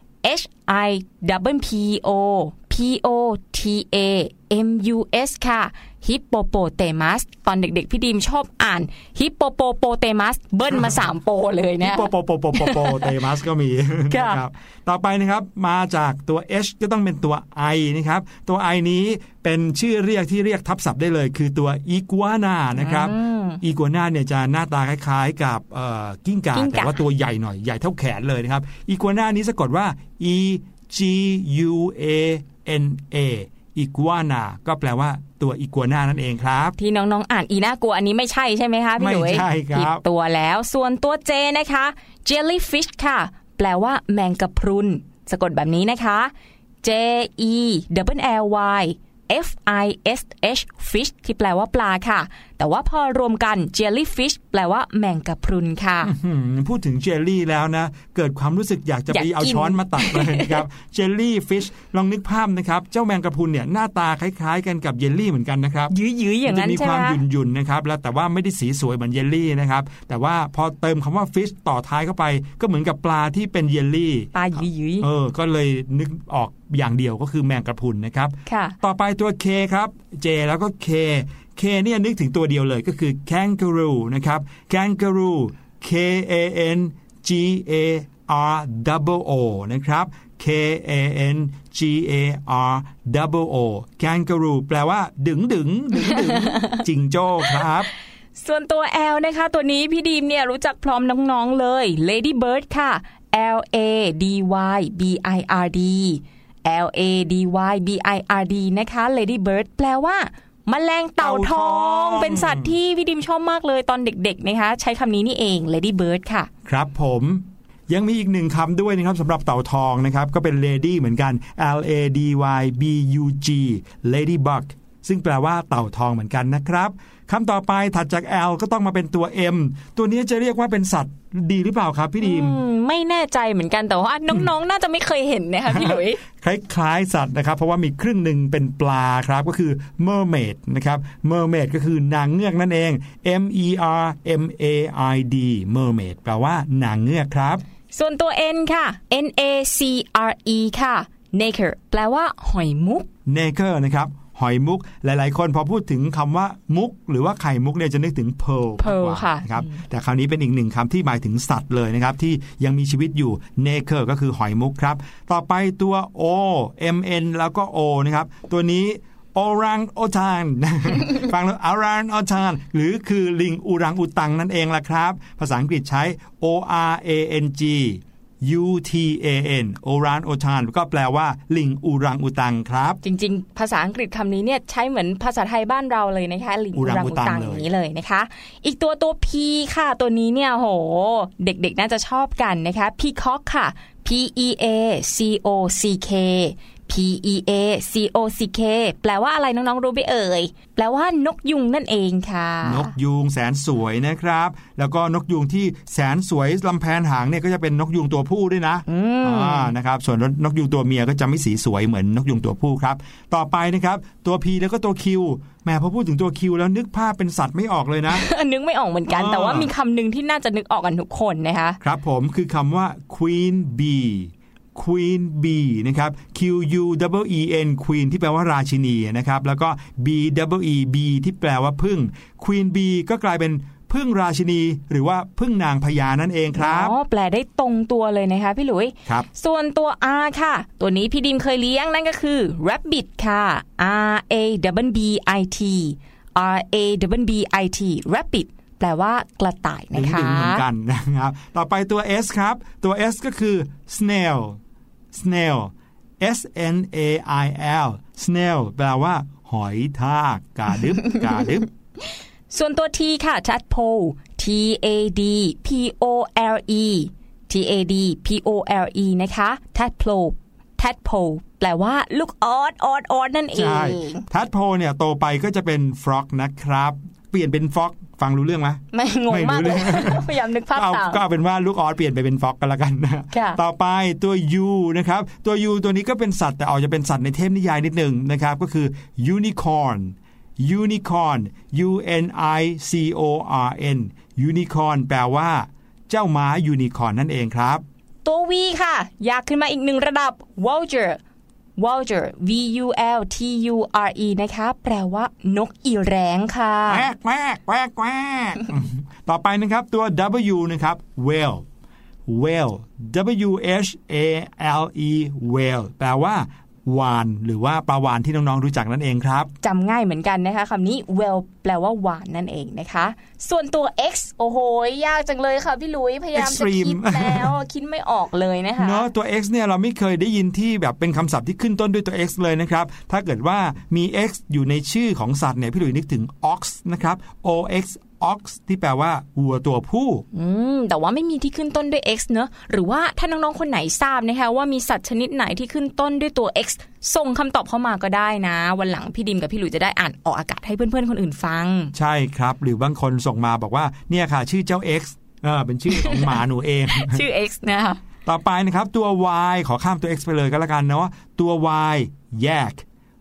H I P P O P O T A M U S ค่ะฮิปโปโปเตมัสตอนเด็กๆพี่ดีมชอบอ่านฮิปโปโปโปเตมัสเบิ้ลมาสามโปเลยนะฮิปโปโปโปโปโปเตมัสก็มีนะครับต่อไปนะครับมาจากตัว H ก็ต้องเป็นตัว I นะครับตัว I นี้เป็นชื่อเรียกที่เรียกทับศัพท์ได้เลยคือตัวอีกัวนานะครับอีกัวนาเนี่ยจะหน้าตาคล้ายๆกับกิ้งก่าแต่ว่าตัวใหญ่หน่อยใหญ่เท่าแขนเลยนะครับอีกัวนานี้สะกดว่า E G U A N A อีกัวนาก็แปลว่าตัวอีกัวนานั่นเองครับที่น้องๆอ่านอีน่ากลัวอันนี้ไม่ใช่ใช่ไหมคะพี่หลุยไม่ใช่ครับผิดตัวแล้วส่วนตัว J นะคะ jellyfish ค่ะแปลว่าแมงกะพรุนสะกดแบบนี้นะคะ J E L L Y F I S H fish ที่แปลว่าปลาค่ะแต่ว่าพอรวมกัน jellyfish แปลว่าแมงกะพรุนค่ะพูดถึงเจลลี่แล้วนะเกิดความรู้สึกอยากจะไปเอาช้อนมาตักเลยนะครับ jellyfish ลองนึกภาพนะครับเจ้าแมงกะพรุนเนี่ยหน้าตาคล้ายๆกันกับเยลลี่เหมือนกันนะครับยื้อๆอย่างนั้นใช่ไหมจะมีความหยุ่นๆนะครับแล้วแต่ว่าไม่ได้สีสวยเหมือนเยลลี่นะครับแต่ว่าพอเติมคำว่า fish ต่อท้ายเข้าไปก็เหมือนกับปลาที่เป็นเยลลี่ปลายื้อๆเออก็เลยนึกออกอย่างเดียวก็คือแมงกะพรุนนะครับต่อไปตัว K ครับ J แล้วก็ K K เนี่ยนึกถึงตัวเดียวเลยก็คือ kangaroo นะครับ kangaroo K A N G A R O O นะครับ K A N G A R O O kangaroo แปลว่าดึงดึงดึงดึงจิงโจ้ครับส่วนตัว L นะคะตัวนี้พี่ดีมเนี่ยรู้จักพร้อมน้องๆเลย Lady Bird ค่ะ L A D Y B I R D L A D Y B I R D นะคะ Lady Bird แปลว่าแมลงเต่าทองเป็นสัตว์ที่พี่ดิมชอบมากเลยตอนเด็กๆนะคะใช้คำนี้นี่เอง Lady Bird ค่ะครับผมยังมีอีกหนึ่งคำด้วยนะครับสำหรับเต่าทองนะครับก็เป็น lady เหมือนกัน L A D Y B U G ladybug ซึ่งแปลว่าเต่าทองเหมือนกันนะครับคำต่อไปถัดจาก L ก็ต้องมาเป็นตัว M ตัวนี้จะเรียกว่าเป็นสัตว์ดีหรือเปล่าครับพี่ดีมไม่แน่ใจเหมือนกันแต่ว่าน้องๆ น่าจะไม่เคยเห็นนะคะพี่หลุยคล้ายๆสัตว์นะครับเพราะว่ามีครึ่งหนึ่งเป็นปลาครับก็คือ mermaid นะครับ mermaid ก็คือนางเงือกนั่นเอง M E R M A I D mermaid แปลว่านางเงือกครับส่วนตัว N ค่ะ N A C R E ค่ะ nacre แปลว่าหอยมุก nacre นะครับหอยมุกหลายๆคนพอพูดถึงคำว่ามุกหรือว่าไข่มุกเนี่ยจะนึกถึง pearl ค่ะนะครับแต่คราวนี้เป็นอีกหนึ่งคำที่หมายถึงสัตว์เลยนะครับที่ยังมีชีวิตอยู่ nacre ก็คือหอยมุกครับต่อไปตัว O M N แล้วก็ O นะครับตัวนี้ orang utan ฟังแล้ว orang utan หรือคือลิงอูรังอูตังนั่นเองล่ะครับภาษาอังกฤษใช้ O R A N G U T A N Orang Utan ก็แปลว่าลิงอูรังอูตังครับจริงๆภาษาอังกฤษคำนี้เนี่ยใช้เหมือนภาษาไทยบ้านเราเลยนะคะลิงอูรังอูตังอย่างนี้เลยนะคะอีกตัวตัว P ค่ะตัวนี้เนี่ยโหเด็กๆน่าจะชอบกันนะคะ Peacock ค่ะ P E A C O C K P E A C O C K แปลว่าอะไรน้องๆรู้ไหมเอ่ยแปลว่านกยุงนั่นเองค่ะนกยุงแสนสวยนะครับแล้วก็นกยุงที่แสนสวยลำแพนหางเนี่ยก็จะเป็นนกยุงตัวผู้ด้วยนะอ่านะครับส่วนนกยุงตัวเมียก็จะไม่สีสวยเหมือนนกยุงตัวผู้ครับต่อไปนะครับตัว P แล้วก็ตัว Q แม่พอพูดถึงตัว Q แล้วนึกภาพเป็นสัตว์ไม่ออกเลยนะนึกไม่ออกเหมือนกันแต่ว่ามีคำหนึ่งที่น่าจะนึกออกกันทุกคนนะคะครับผมคือคำว่า Queen Bee Queen Bee นะครับ Q U E E N Queen ที่แปลว่าราชินีนะครับแล้วก็ B E E B ที่แปลว่าผึ้ง Queen Bee ก็กลายเป็นผึ้งราชินีหรือว่าผึ้งนางพญานั่นเองครับอ๋อแปลได้ตรงตัวเลยนะคะพี่หลุยครับส่วนตัว R ค่ะตัวนี้พี่ดิมเคยเลี้ยงนั่นก็คือ Rabbit ค่ะ R A B B I T R A B B I T Rabbit แปลว่ากระต่ายนะคะดึงๆเหมือนกันนะครับต่อไปตัว S ครับตัว S ก็คือ snail snail S N A I L snail แปลว่าหอยทากกาดึบกาดึบส่วนตัว T ค่ะ tadpole T A D P O L E T A D P O L E นะคะ tadpole tadpole แปลว่าลูกออสออสออสนั่นเองใช่ทัดโพเนี่ยโตไปก็จะเป็น frog นะครับเปลี่ยนเป็น frog ฟังรู้เรื่องไหมไม่งงมากเลยพยายามนึกภาพตามก็เอาเป็นว่าลูกออสเปลี่ยนไปเป็น frog กันละกันนะต่อไปตัว U นะครับตัว U ตัวนี้ก็เป็นสัตว์แต่ออกจะเป็นสัตว์ในเทพนิยายนิดนึงนะครับก็คือ unicorn unicorn U N I C O R N unicorn แปลว่าเจ้าม้ายูนิคอร์นนั่นเองครับตัว V ค่ะยากขึ้นมาอีกหนึ่งระดับ vulture vulture V U L T U R E นะคะแปลว่านกอีแร้งค่ะแวกแวกแวกแวกต่อไปนะครับตัว W นะครับ whale whale W H A L E whale แปลว่าวาฬหรือว่าปลาวาฬที่น้องๆรู้จักนั่นเองครับจำง่ายเหมือนกันนะคะคำนี้ whale แปลว่าวาฬนั่นเองนะคะส่วนตัว X โอ้โหยากจังเลยค่ะพี่ลุยพยายามจะคิดแล้วคิดไม่ออกเลยนะคะเนาะตัว X เนี่ยเราไม่เคยได้ยินที่แบบเป็นคำศัพท์ที่ขึ้นต้นด้วยตัว X เลยนะครับถ้าเกิดว่ามี X อยู่ในชื่อของสัตว์เนี่ยพี่ลุยนึกถึง ox นะครับ O X ox ที่แปลว่าวัวตัวผู้อืมแต่ว่าไม่มีที่ขึ้นต้นด้วย x เนอะหรือว่าถ้าน้องๆคนไหนทราบนะคะว่ามีสัตว์ชนิดไหนที่ขึ้นต้นด้วยตัว x ส่งคำตอบเข้ามาก็ได้นะวันหลังพี่ดิมกับพี่หลุยจะได้อ่านออกอากาศให้เพื่อนๆคนอื่นฟังใช่ครับหรือบางคนส่งมาบอกว่าเนี่ยค่ะชื่อเจ้า x เออเป็นชื่อของหมาหนูเองชื่อ x นะคะต่อไปนะครับตัว y ขอข้ามตัว x ไปเลยก็แล้วกันเนาะตัว y yak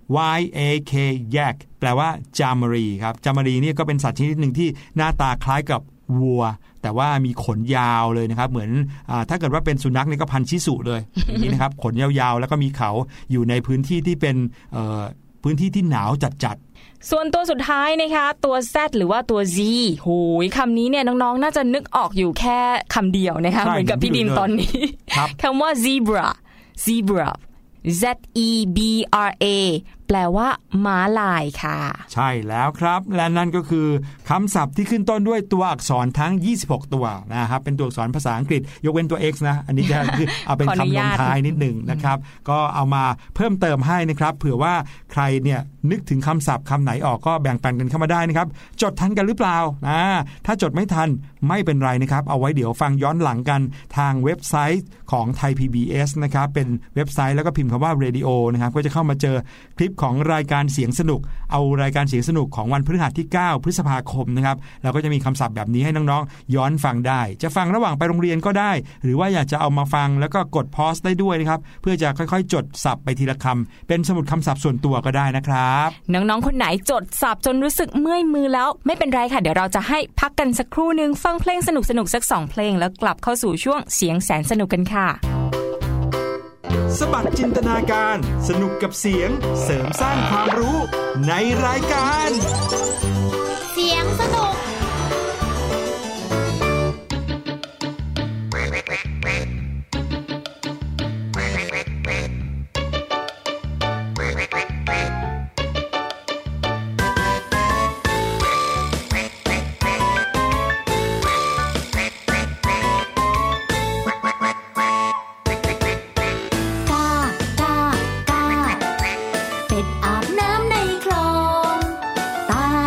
Y A K yak แปลว่าจามรีครับจามรีนี่ก็เป็นสัตว์ชนิดหนึ่งที่หน้าตาคล้ายกับวัวแต่ว่ามีขนยาวเลยนะครับเหมือนอ่าถ้าเกิดว่าเป็นสุนัขนี่ก็พันธุ์ชิสุเลยอย่างนี้นะครับขนยาวๆแล้วก็มีเขาอยู่ในพื้นที่ที่เป็นเอ่อพื้นที่ที่หนาวจัดๆส่วนตัวสุดท้ายนะคะตัว Z หรือว่าตัว Z โหยคำนี้เนี่ยน้องๆน่าจะนึกออกอยู่แค่คำเดียวนะคะเหมือนกับพี่ดิมตอนนี้คำว่า zebra zebra Z E B R A แปลว่าม้าลายค่ะใช่แล้วครับและนั่นก็คือคำศัพท์ที่ขึ้นต้นด้วยตัวอักษรทั้งยี่สิบหกตัวนะครับเป็นตัวอักษรภาษาอังกฤษยกเว้นตัว X นะอันนี้จะคือเอาเป็นคำลงท้ายนิดหนึ่งนะครับก็เอามาเพิ่มเติมให้นะครับเผื่อว่าใครเนี่ยนึกถึงคำศัพท์คำไหนออกก็แบ่งปันกันเข้ามาได้นะครับจดทันกันหรือเปล่านะถ้าจดไม่ทันไม่เป็นไรนะครับเอาไว้เดี๋ยวฟังย้อนหลังกันทางเว็บไซต์ของไทย พี บี เอส นะครับเป็นเว็บไซต์แล้วก็พิมพ์คำว่า radio นะครับก็จะเข้ามาเจอคลิปของรายการเสียงสนุกเอารายการเสียงสนุกของวันพฤหัสที่เก้าพฤษภาคมนะครับเราก็จะมีคำศัพท์แบบนี้ให้น้องๆย้อนฟังได้จะฟังระหว่างไปโรงเรียนก็ได้หรือว่าอยากจะเอามาฟังแล้วก็กดพอสได้ด้วยนะครับเพื่อจะค่อยๆจดศัพท์ไปทีละคำเป็นสมุดคำศัพท์ส่วนตัวก็ได้นะครับน้องๆคนไหนจดศัพท์จนรู้สึกเมื่อยมือแล้วไม่เป็นไรค่ะเดี๋ยวเราจะให้พักกันสักครู่นึงฟังเพลงสนุกๆสักสองเพลงแล้วกลับเข้าสู่ช่วงเสียงแสนสนุกกันค่ะสบัดจินตนาการสนุกกับเสียงเสริมสร้างความรู้ในรายการเสียงสนุกตา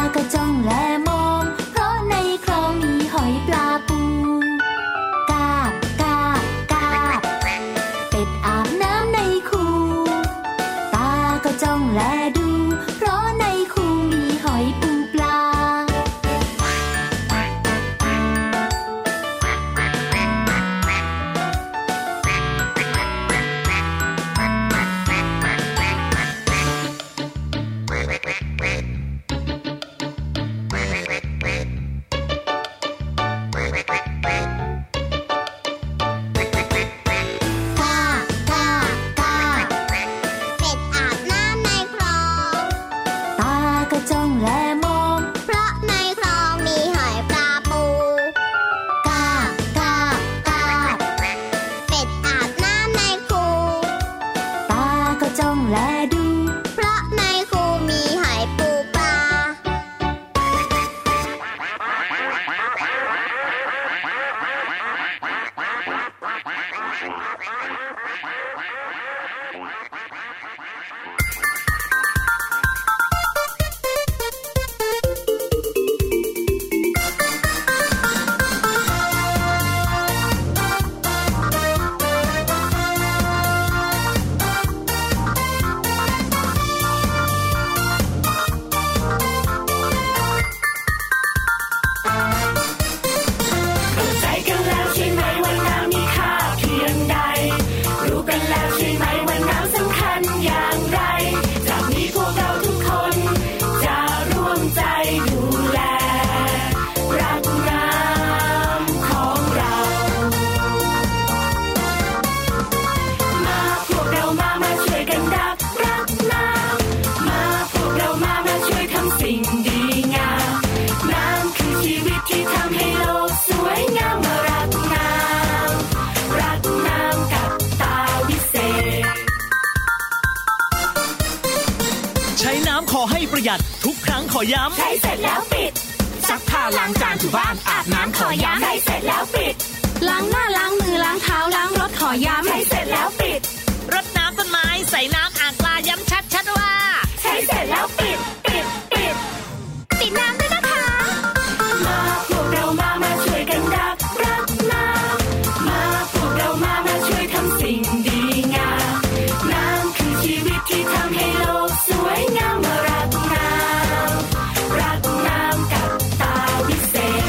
ประหยัดทุกครั้งขอย้ำใช้เสร็จแล้วปิดซักผ้าล้างจานถูบ้านอาบน้ำขอย้ำใช้เสร็จแล้วปิดล้างหน้าล้างมือล้างเท้าล้างรถขอย้ำใช้เสร็จแล้วปิดรดน้ำต้นไม้ใส่น้ำอ่างปลาย้ำชัดๆว่าใช้เสร็จแล้วปิดปิดปิดปิดน้ำด้วยนะคะมาพวกเรามามาช่วยกันรักรักน้ำมาพวกเรามามาช่วยทำสิ่งดีงามน้ำคือชีวิตที่ทำให้โลกสวยงามมารักน้ำรักน้ำกับตาวิเศษ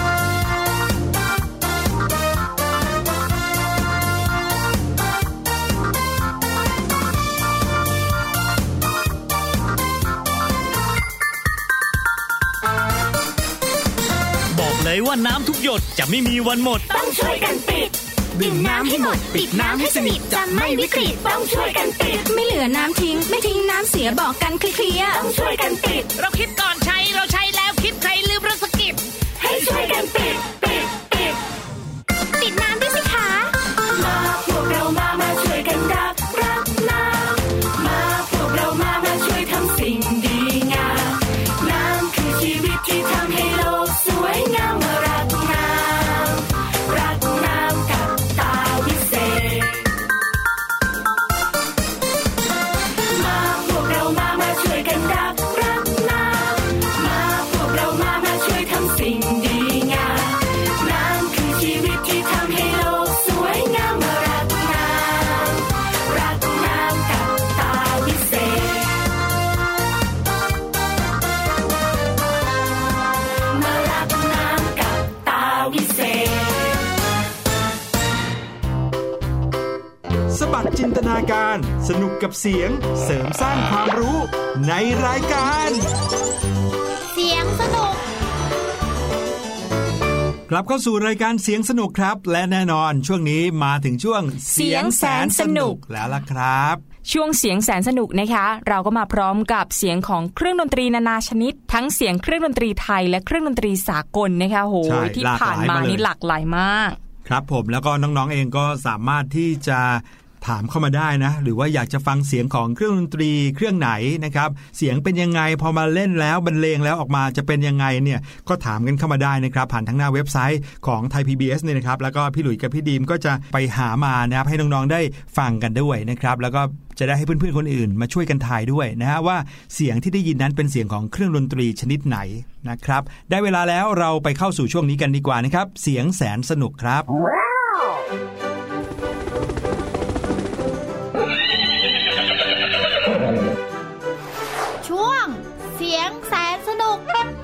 เลยว่าน้ำทุกหยดจะไม่มีวันหมดต้องช่วยกันปิดดื่มน้ำให้หมดปิดน้ำให้สนิทจะไม่วิกฤตต้องช่วยกันปิดไม่เหลือน้ำทิ้งไม่ทิ้งน้ำเสียบอกกันเคลียร์ต้องช่วยกันปิดเราคิดก่อนใช้เราใช้แล้วคิดใครลืมเราสะกิดให้ช่วยกันปิดปิดปิดปิดน้ำด้วยสิคะมาพวกเรามามาช่วยกันรักรักน้ำมาพวกเรามามาช่วยทำสิ่งดีงามน้ำคือชีวิตที่ทำให้โลกสวยงามมารักน้ำรักน้ำกับตาวิเศษมาพวกเรามามาช่วยกันรักรักน้ำมาพวกเรามามาช่วยทำสิ่งดีงามน้ำคือชีวิตที่ทำให้โลกสวยงามมารักน้ำรักน้ำกับตาวิเศษมารักน้ำกับตาวิเศษสบัดจินตนาการสนุกกับเสียงเสริมสร้างความรู้ในรายการเสียงสนุกกลับเข้าสู่รายการเสียงสนุกครับและแน่นอนช่วงนี้มาถึงช่วงเสียงแสนสนุกแล้วล่ะครับช่วงเสียงแสนสนุกนะคะเราก็มาพร้อมกับเสียงของเครื่องดนตรีนานาชนิดทั้งเสียงเครื่องดนตรีไทยและเครื่องดนตรีสากลนะคะโหที่ผ่านมานี่หลากหลายมากครับผมแล้วก็น้องๆเองก็สามารถที่จะถามเข้ามาได้นะหรือว่าอยากจะฟังเสียงของเครื่องดนตรีเครื่องไหนนะครับเสียงเป็นยังไงพอมาเล่นแล้วบรรเลงแล้วออกมาจะเป็นยังไงเนี่ยก็ถามกันเข้ามาได้นะครับผ่านทางหน้าเว็บไซต์ของไทย พี บี เอส เนี่ยนะครับแล้วก็พี่หลุยส์กับพี่ดีมก็จะไปหามานะครับให้น้องๆได้ฟังกันด้วยนะครับแล้วก็จะได้ให้เพื่อนๆคนอื่นมาช่วยกันทายด้วยนะฮะว่าเสียงที่ได้ยินนั้นเป็นเสียงของเครื่องดนตรีชนิดไหนนะครับได้เวลาแล้วเราไปเข้าสู่ช่วงนี้กันดีกว่านะครับเสียงแสนสนุกครับช่วงเสียงแสนสนุก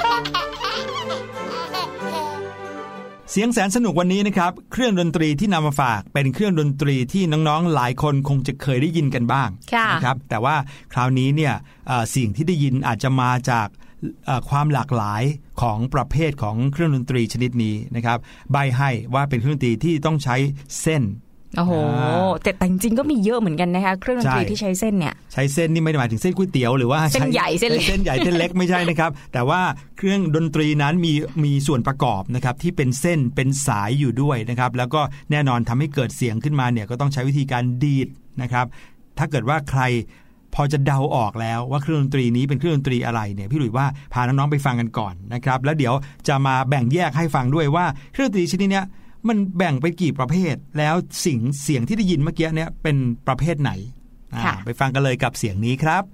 เสียงแสนสนุกวันนี้นะครับเครื่องดนตรีที่นำมาฝากเป็นเครื่องดนตรีที่น้องๆหลายคนคงจะเคยได้ยินกันบ้างนะครับแต่ว่าคราวนี้เนี่ยสิ่งที่ได้ยินอาจจะมาจากความหลากหลายของประเภทของเครื่องดนตรีชนิดนี้นะครับใบ้ให้ว่าเป็นเครื่องดนตรีที่ต้องใช้เส้นโอ้โหแต่แต่จริงๆก็มีเยอะเหมือนกันนะคะเครื่องดนตรีที่ใช้เส้นเนี่ยใช้เส้นนี่ไม่ได้หมายถึงเส้นก๋วยเตี๋ยวหรือว่าเส้นใหญ่เส้นเล็กเส้นใหญ่เส้นเล็กไม่ใช่นะครับแต่ว่าเครื่องดนตรีนั้นมีมีส่วนประกอบนะครับที่เป็นเส้นเป็นสายอยู่ด้วยนะครับแล้วก็แน่นอนทำให้เกิดเสียงขึ้นมาเนี่ยก็ต้องใช้วิธีการดีดนะครับถ้าเกิดว่าใครพอจะเดาออกแล้วว่าเครื่องดนตรีนี้เป็นเครื่องดนตรีอะไรเนี่ยพี่หลุยว่าพาน้องๆไปฟังกันก่อนนะครับแล้วเดี๋ยวจะมาแบ่งแยกให้ฟังด้วยว่าเครื่องดนตรีชนิดนี้มันแบ่งไปกี่ประเภทแล้วสิ่งเสียงที่ได้ยินเมื่อกี้เนี่ยเป็นประเภทไหนไปฟังกันเลยกับเสียงนี้ครับ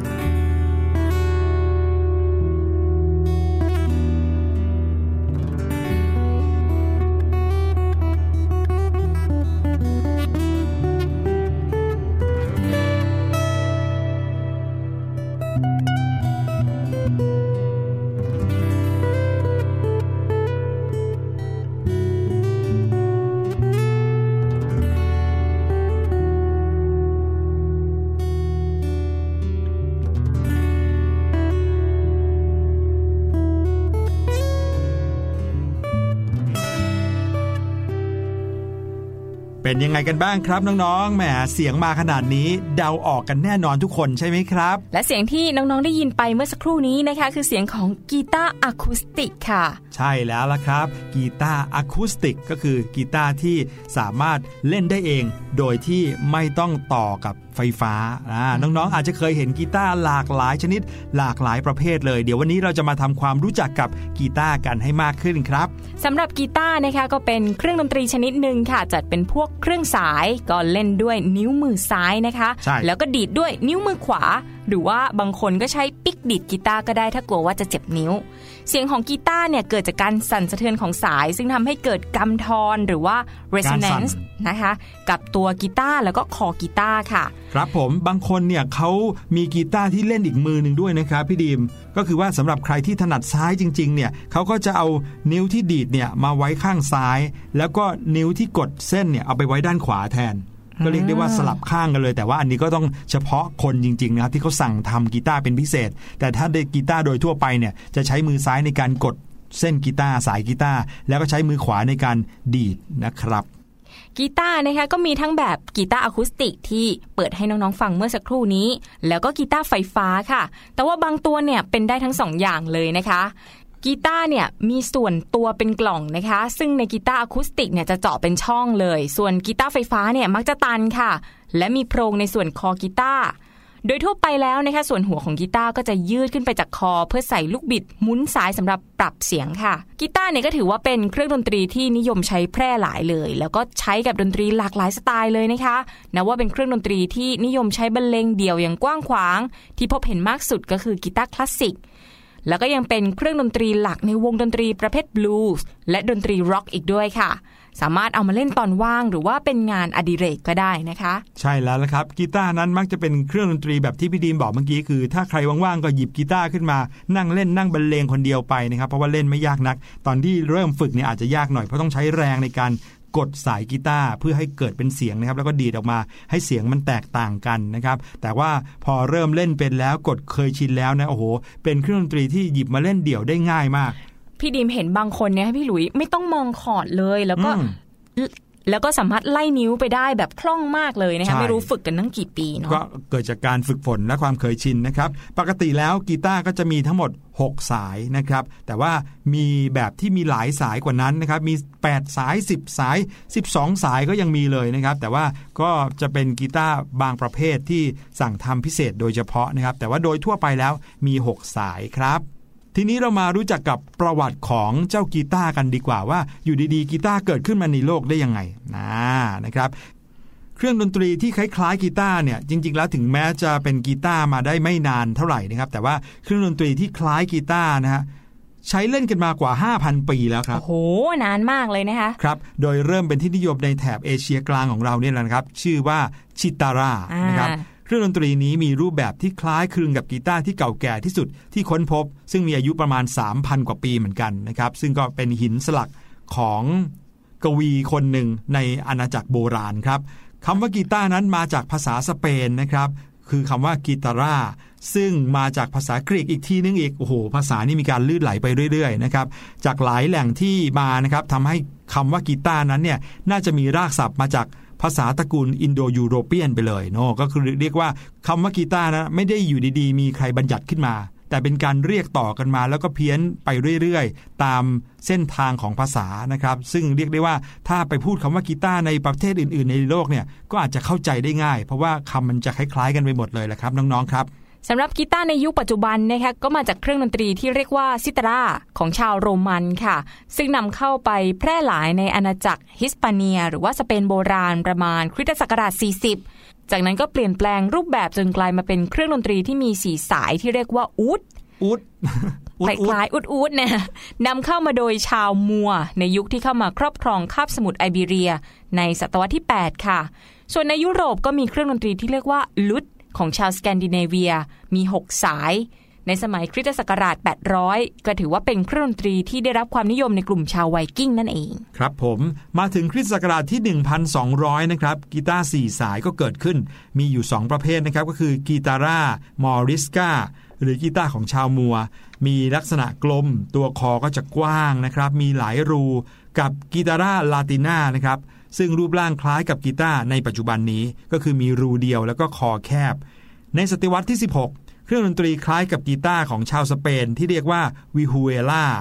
เป็นยังไงกันบ้างครับน้องๆแหมเสียงมาขนาดนี้เดาออกกันแน่นอนทุกคนใช่ไหมครับและเสียงที่น้องๆได้ยินไปเมื่อสักครู่นี้นะคะคือเสียงของกีตาร์อะคูสติกค่ะใช่แล้วล่ะครับกีตาร์อะคูสติกก็คือกีตาร์ที่สามารถเล่นได้เองโดยที่ไม่ต้องต่อกับไฟฟ้าน้องๆอาจจะเคยเห็นกีตาร์หลากหลายชนิดหลากหลายประเภทเลยเดี๋ยววันนี้เราจะมาทำความรู้จักกับกีตาร์กันให้มากขึ้นครับสำหรับกีตาร์นะคะก็เป็นเครื่องดนตรีชนิดหนึ่งค่ะจัดเป็นพวกเครื่องสายก็เล่นด้วยนิ้วมือซ้ายนะคะแล้วก็ดีดด้วยนิ้วมือขวาหรือว่าบางคนก็ใช้ปิ๊กดีดกีตาร์ก็ได้ถ้ากลัวว่าจะเจ็บนิ้วเสียงของกีตาร์เนี่ยเกิดจากการสั่นสะเทือนของสายซึ่งทำให้เกิดกำทรหรือว่า resonance นะคะกับตัวกีตาร์แล้วก็คอกีตาร์ค่ะครับผมบางคนเนี่ยเขามีกีตาร์ที่เล่นอีกมือหนึ่งด้วยนะครับพี่ดีมก็คือว่าสำหรับใครที่ถนัดซ้ายจริงๆเนี่ยเขาก็จะเอานิ้วที่ดีดเนี่ยมาไว้ข้างซ้ายแล้วก็นิ้วที่กดเส้นเนี่ยเอาไปไว้ด้านขวาแทนก็เรียกได้ว่าสลับข้างกันเลยแต่ว่าอันนี้ก็ต้องเฉพาะคนจริงๆนะครับที่เขาสั่งทำกีตาร์เป็นพิเศษแต่ถ้าได้กีตาร์โดยทั่วไปเนี่ยจะใช้มือซ้ายในการกดเส้นกีตาร์สายกีตาร์แล้วก็ใช้มือขวาในการดีดนะครับกีตาร์นะคะก็มีทั้งแบบกีตาร์อะคูสติกที่เปิดให้น้องๆฟังเมื่อสักครู่นี้แล้วก็กีตาร์ไฟฟ้าค่ะแต่ว่าบางตัวเนี่ยเป็นได้ทั้งสองอย่างเลยนะคะกีตาร์เนี่ยมีส่วนตัวเป็นกล่องนะคะซึ่งในกีตาร์อะคูสติกเนี่ยจะเจาะเป็นช่องเลยส่วนกีตาร์ไฟฟ้าเนี่ยมักจะตันค่ะและมีโพรงในส่วนคอกีตาร์โดยทั่วไปแล้วนะคะส่วนหัวของกีตาร์ก็จะยืดขึ้นไปจากคอเพื่อใส่ลูกบิดหมุนสายสำหรับปรับเสียงค่ะกีตาร์เนี่ยก็ถือว่าเป็นเครื่องดนตรีที่นิยมใช้แพร่หลายเลยแล้วก็ใช้กับดนตรีหลากหลายสไตล์เลยนะคะนับว่าเป็นเครื่องดนตรีที่นิยมใช้บรรเลงเดี่ยวอย่างกว้างขวางที่พบเห็นมากสุดก็คือกีตาร์คลาสสิกแล้วก็ยังเป็นเครื่องดนตรีหลักในวงดนตรีประเภทบลูส์และดนตรีร็อกอีกด้วยค่ะสามารถเอามาเล่นตอนว่างหรือว่าเป็นงานอดิเรกก็ได้นะคะใช่แล้วละครับกีตาร์นั้นมักจะเป็นเครื่องดนตรีแบบที่พี่ดีมบอกเมื่อกี้คือถ้าใครว่างๆก็หยิบกีตาร์ขึ้นมานั่งเล่นนั่งบรรเลงคนเดียวไปนะครับเพราะว่าเล่นไม่ยากนักตอนที่เริ่มฝึกเนี่ยอาจจะยากหน่อยเพราะต้องใช้แรงในการกดสายกีตาร์เพื่อให้เกิดเป็นเสียงนะครับแล้วก็ดีดออกมาให้เสียงมันแตกต่างกันนะครับแต่ว่าพอเริ่มเล่นเป็นแล้วกดเคยชินแล้วนะโอ้โหเป็นเครื่องดนตรีที่หยิบมาเล่นเดี่ยวได้ง่ายมากพี่ดีมเห็นบางคนเนี่ยพี่หลุยไม่ต้องมองคอร์ดเลยแล้วก็แล้วก็สามารถไล่นิ้วไปได้แบบคล่องมากเลยนะคะไม่รู้ฝึกกันตั้งกี่ปีเนาะก็เกิดจากการฝึกฝนและความเคยชินนะครับปกติแล้วกีตาร์ก็จะมีทั้งหมดหกสายนะครับแต่ว่ามีแบบที่มีหลายสายกว่านั้นนะครับมีแปดสายสิบสายสิบสองสายก็ยังมีเลยนะครับแต่ว่าก็จะเป็นกีตาร์บางประเภทที่สั่งทำพิเศษโดยเฉพาะนะครับแต่ว่าโดยทั่วไปแล้วมีหกสายครับทีนี้เรามารู้จักกับประวัติของเจ้ากีตาร์กันดีกว่าว่าอยู่ดีๆกีตาร์เกิดขึ้นมาในโลกได้ยังไงนะนะครับเครื่องดนตรีที่คล้ายๆกีตาร์เนี่ยจริงๆแล้วถึงแม้จะเป็นกีตาร์มาได้ไม่นานเท่าไหร่นะครับแต่ว่าเครื่องดนตรีที่คล้ายกีตาร์นะฮะใช้เล่นกันมากว่า ห้าพัน ปีแล้วครับโอ้โหนานมากเลยนะคะครับโดยเริ่มเป็นที่นิยมในแถบเอเชียกลางของเราเนี่ยแหละนะครับชื่อว่าชิตารานะครับเครื่องดนตรีนี้มีรูปแบบที่คล้ายคลึงกับกีตาร์ที่เก่าแก่ที่สุดที่ค้นพบซึ่งมีอายุประมาณ สามพัน กว่าปีเหมือนกันนะครับซึ่งก็เป็นหินสลักของกวีคนหนึ่งในอาณาจักรโบราณครับคำว่ากีตาร์นั้นมาจากภาษาสเปนนะครับคือคำว่ากีตาราซึ่งมาจากภาษากรีกอีกทีนึงอีกโอ้โหภาษานี่มีการลื่นไหลไปเรื่อยๆนะครับจากหลายแหล่งที่มานะครับทำให้คำว่ากีตาร์นั้นเนี่ยน่าจะมีรากศัพท์มาจากภาษาตระกูลอินโดยูโรเปียนไปเลยเนาะก็คือเรียกว่าคำว่ากีตาร์นะไม่ได้อยู่ดีๆมีใครบัญญัติขึ้นมาแต่เป็นการเรียกต่อกันมาแล้วก็เพี้ยนไปเรื่อยๆตามเส้นทางของภาษานะครับซึ่งเรียกได้ว่าถ้าไปพูดคำว่ากีตาร์ในประเทศอื่นๆในโลกเนี่ยก็อาจจะเข้าใจได้ง่ายเพราะว่าคำมันจะคล้ายๆกันไปหมดเลยแหละครับน้องๆครับสำหรับกีตาร์ในยุคปัจจุบันนะคะก็มาจากเครื่องดนตรีที่เรียกว่าซิตาราของชาวโรมันค่ะซึ่งนำเข้าไปแพร่หลายในอาณาจักรฮิสปาเนียหรือว่าสเปนโบราณประมาณคริสตศักราชสี่สิบจากนั้นก็เปลี่ยนแปลงรูปแบบจนกลายมาเป็นเครื่องดนตรีที่มีสี่สายที่เรียกว่าอูดอูดคล้ายๆอูดอูดเนี่ยนำเข้ามาโดยชาวมัวในยุคที่เข้ามาครอบครองคาบสมุทรไอเบเรียในศตวรรษที่แปดค่ะส่วนในยุโรปก็มีเครื่องดนตรีที่เรียกว่าลุดของชาวสแกนดิเนเวียมีหกสายในสมัยคริสตศักราชแปดร้อยก็ถือว่าเป็นเครื่องดนตรีที่ได้รับความนิยมในกลุ่มชาวไวกิ้งนั่นเองครับผมมาถึงคริสตศักราชที่ หนึ่งพันสองร้อย นะครับกีตาร์สี่สายก็เกิดขึ้นมีอยู่สองประเภทนะครับก็คือกีตาร่ามอริสกาหรือกีตาร์ของชาวมัวมีลักษณะกลมตัวคอก็จะกว้างนะครับมีหลายรูกับกีตาร่าลาติน่านะครับซึ่งรูปร่างคล้ายกับกีตาร์ในปัจจุบันนี้ก็คือมีรูเดียวแล้วก็คอแคบในศตวรรษที่สิบหกเครื่องดนตรีคล้ายกับกีตาร์ของชาวสเปนที่เรียกว่าวิฮูเอล่า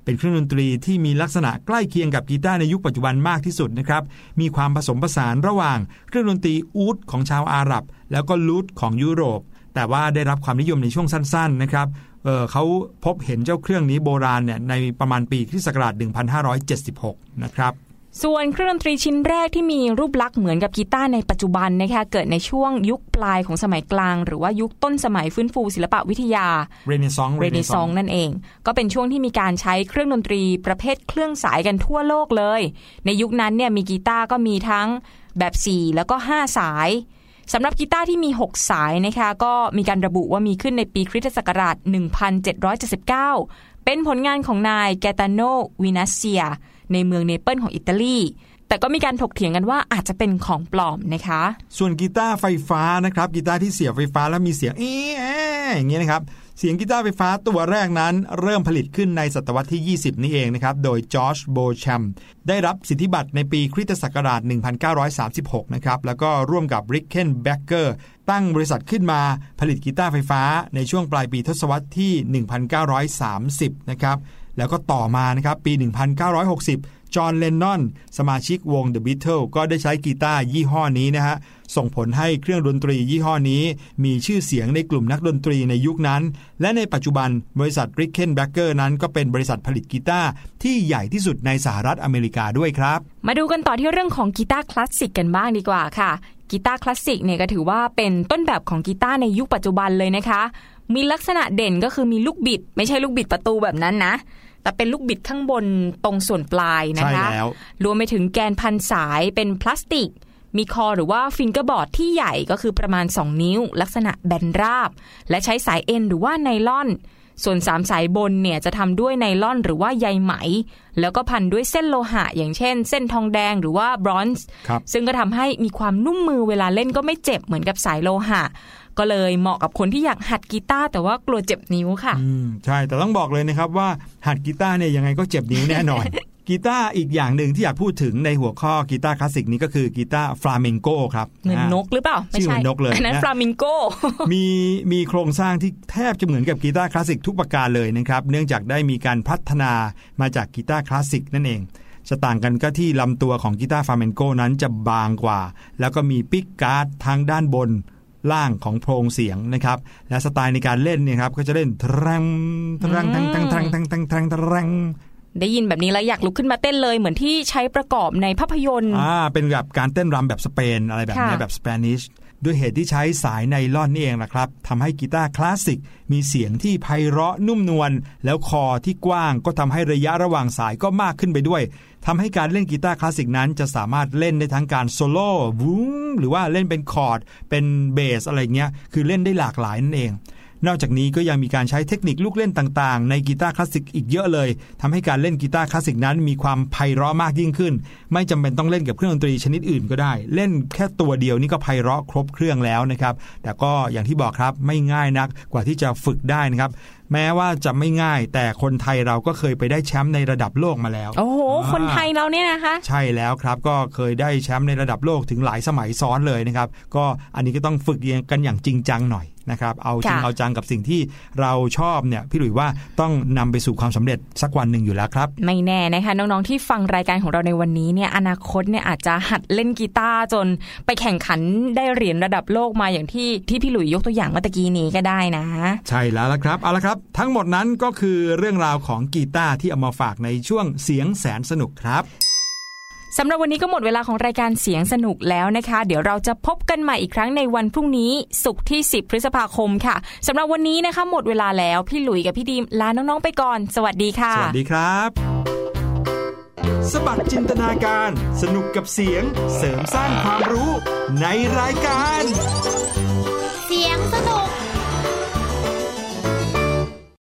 เป็นเครื่องดนตรีที่มีลักษณะใกล้เคียงกับกีตาร์ในยุคปัจจุบันมากที่สุดนะครับมีความผสมผสานระหว่างเครื่องดนตรีอูดของชาวอาหรับแล้วก็ลูดของยุโรปแต่ว่าได้รับความนิยมในช่วงสั้นๆนะครับเอ่อเขาพบเห็นเจ้าเครื่องนี้โบราณเนี่ยในประมาณปีคริสต์ศักราชหนึ่งพันห้าร้อยเจ็ดสิบหกนะครับส่วนเครื่องดนตรีชิ้นแรกที่มีรูปลักษณ์เหมือนกับกีตาร์ในปัจจุบันนะคะเกิดในช่วงยุคปลายของสมัยกลางหรือว่ายุคต้นสมัยฟื้นฟูศิลปวิทยาเรเนซองส์เรเนซองส์นั่นเองก็เป็นช่วงที่มีการใช้เครื่องดนตรีประเภทเครื่องสายกันทั่วโลกเลยในยุคนั้นเนี่ยมีกีตาร์ก็มีทั้งแบบสี่แล้วก็ห้าสายสำหรับกีตาร์ที่มีหกสายนะคะก็มีการระบุว่ามีขึ้นในปีคริสตศักราชหนึ่งพันเจ็ดร้อยเจ็ดสิบเก้าเป็นผลงานของนายแกตาโนวินาเซียในเมืองเนเปิลของอิตาลีแต่ก็มีการถกเถียงกันว่าอาจจะเป็นของปลอมนะคะส่วนกีตาร์ไฟฟ้านะครับกีตาร์ที่เสียบไฟฟ้าแล้วมีเสียงเอ๊ะอย่างเงี้ยนะครับเสียงกีตาร์ไฟฟ้าตัวแรกนั้นเริ่มผลิตขึ้นในศตวรรษที่ยี่สิบนี่เองนะครับโดยจอร์จโบแชมได้รับสิทธิบัตรในปีคริสตศักราชหนึ่งพันเก้าร้อยสามสิบหกนะครับแล้วก็ร่วมกับริกเคนแบ็คเกอร์ตั้งบริษัทขึ้นมาผลิตกีตาร์ไฟฟ้าในช่วงปลายปีทศวรรษที่หนึ่งพันเก้าร้อยสามสิบนะครับแล้วก็ต่อมานะครับปีหนึ่งพันเก้าร้อยหกสิบจอห์น เลนนอนสมาชิกวง The Beatles ก็ได้ใช้กีตาร์ยี่ห้อนี้นะฮะส่งผลให้เครื่องดนตรียี่ห้อนี้มีชื่อเสียงในกลุ่มนักดนตรีในยุคนั้นและในปัจจุบันบริษัท Rickenbacker นั้นก็เป็นบริษัทผลิตกีตาร์ที่ใหญ่ที่สุดในสหรัฐอเมริกาด้วยครับมาดูกันต่อที่เรื่องของกีตาร์คลาสสิกกันบ้างดีกว่าค่ะกีตาร์คลาสสิกเนี่ยก็ถือว่าเป็นต้นแบบของกีตาร์ในยุคปัจจุบันเลยนะคะมีลักษณะเด่นก็คือมีลูกบิดไม่ใช่ลูกบิดประตูแบบนั้นนะแต่เป็นลูกบิดข้างบนตรงส่วนปลายนะคะรวมไปถึงแกนพันสายเป็นพลาสติกมีคอหรือว่าฟิงเกอร์บอร์ดที่ใหญ่ก็คือประมาณสองนิ้วลักษณะแบนราบและใช้สายเอ็นหรือว่าไนลอนส่วนสามสายบนเนี่ยจะทำด้วยไนลอนหรือว่าใยไหมแล้วก็พันด้วยเส้นโลหะอย่างเช่นเส้นทองแดงหรือว่าบรอนซ์ซึ่งก็ทำให้มีความนุ่มมือเวลาเล่นก็ไม่เจ็บเหมือนกับสายโลหะก็เลยเหมาะกับคนที่อยากหัดกีตาร์แต่ว่ากลัวเจ็บนิ้วค่ะอืมใช่แต่ต้องบอกเลยนะครับว่าหัดกีตาร์เนี่ยยังไงก็เจ็บนิ้วแน่นอน กีตาร์อีกอย่างหนึ่งที่อยากพูดถึงในหัวข้อกีตาร์คลาสสิกนี้ก็คือกีตาร์ฟลาเมงโกครับเหมือนนกหรือเปล่าไม่ใช่นกเลยอันนั้นฟลาเมงโกมีมีโครงสร้างที่แทบจะเหมือนกับกีตาร์คลาสสิกทุกประการเลยนะครับเนื่องจากได้มีการพัฒนามาจากกีตาร์คลาสสิกนั่นเองจะต่างกันก็ที่ลำตัวของกีตาร์ฟลาเมงโกนั้นจะบางกว่าแล้วก็มีปิกการ์ดทางด้านบนล่างของโพรงเสียงนะครับและสไตล์ในการเล่นเนี่ยครับก็จะเล่นทรังทรังทังทังทังทังทังทังทรังได้ยินแบบนี้แล้วอยากลุกขึ้นมาเต้นเลยเหมือนที่ใช้ประกอบในภาพยนตร์อ่าเป็นแบบการเต้นรำแบบสเปนอะไรแบบนี้แบบสเปนิชด้วยเหตุที่ใช้สายไนลอนนี่เองนะครับทำให้กีตาร์คลาสสิกมีเสียงที่ไพเราะนุ่มนวลแล้วคอที่กว้างก็ทำให้ระยะระหว่างสายก็มากขึ้นไปด้วยทำให้การเล่นกีตาร์คลาสสิกนั้นจะสามารถเล่นได้ทั้งการโซโล่วู้หรือว่าเล่นเป็นคอร์ดเป็นเบสอะไรเงี้ยคือเล่นได้หลากหลายนั่นเองนอกจากนี้ก็ยังมีการใช้เทคนิคลูกเล่นต่างๆในกีตาร์คลาสสิกอีกเยอะเลยทำให้การเล่นกีตาร์คลาสสิกนั้นมีความไพเราะมากยิ่งขึ้นไม่จำเป็นต้องเล่นกับเครื่องดนตรีชนิดอื่นก็ได้เล่นแค่ตัวเดียวนี่ก็ไพเราะครบเครื่องแล้วนะครับแต่ก็อย่างที่บอกครับไม่ง่ายนักกว่าที่จะฝึกได้นะครับแม้ว่าจะไม่ง่ายแต่คนไทยเราก็เคยไปได้แชมป์ในระดับโลกมาแล้วโอ้โหคนไทยเราเนี่ยนะคะใช่แล้วครับก็เคยได้แชมป์ในระดับโลกถึงหลายสมัยซ้อนเลยนะครับก็อันนี้ก็ต้องฝึกกันอย่างจริงจังหน่อยนะครับเอาจริงเอาจังกับสิ่งที่เราชอบเนี่ยพี่หลุยว่าต้องนำไปสู่ความสำเร็จสักวันหนึ่งอยู่แล้วครับไม่แน่นะคะน้องๆที่ฟังรายการของเราในวันนี้เนี่ยอนาคตเนี่ยอาจจะหัดเล่นกีตาร์จนไปแข่งขันได้เหรียญระดับโลกมาอย่างที่ที่พี่หลุยยกตัวอย่างเมื่อตะกี้นี้ก็ได้นะใช่แล้วละครับเอาละครับทั้งหมดนั้นก็คือเรื่องราวของกีตาร์ที่เอามาฝากในช่วงเสียงแสนสนุกครับสำหรับวันนี้ก็หมดเวลาของรายการเสียงสนุกแล้วนะคะเดี๋ยวเราจะพบกันใหม่อีกครั้งในวันพรุ่งนี้ศุกร์ที่สิบพฤษภาคมค่ะสำหรับวันนี้นะคะหมดเวลาแล้วพี่หลุยกับพี่ดีมลาน้องๆไปก่อนสวัสดีค่ะสวัสดีครับสบัดจินตนาการสนุกกับเสียงเสริมสร้างความรู้ในรายการเสียงสนุก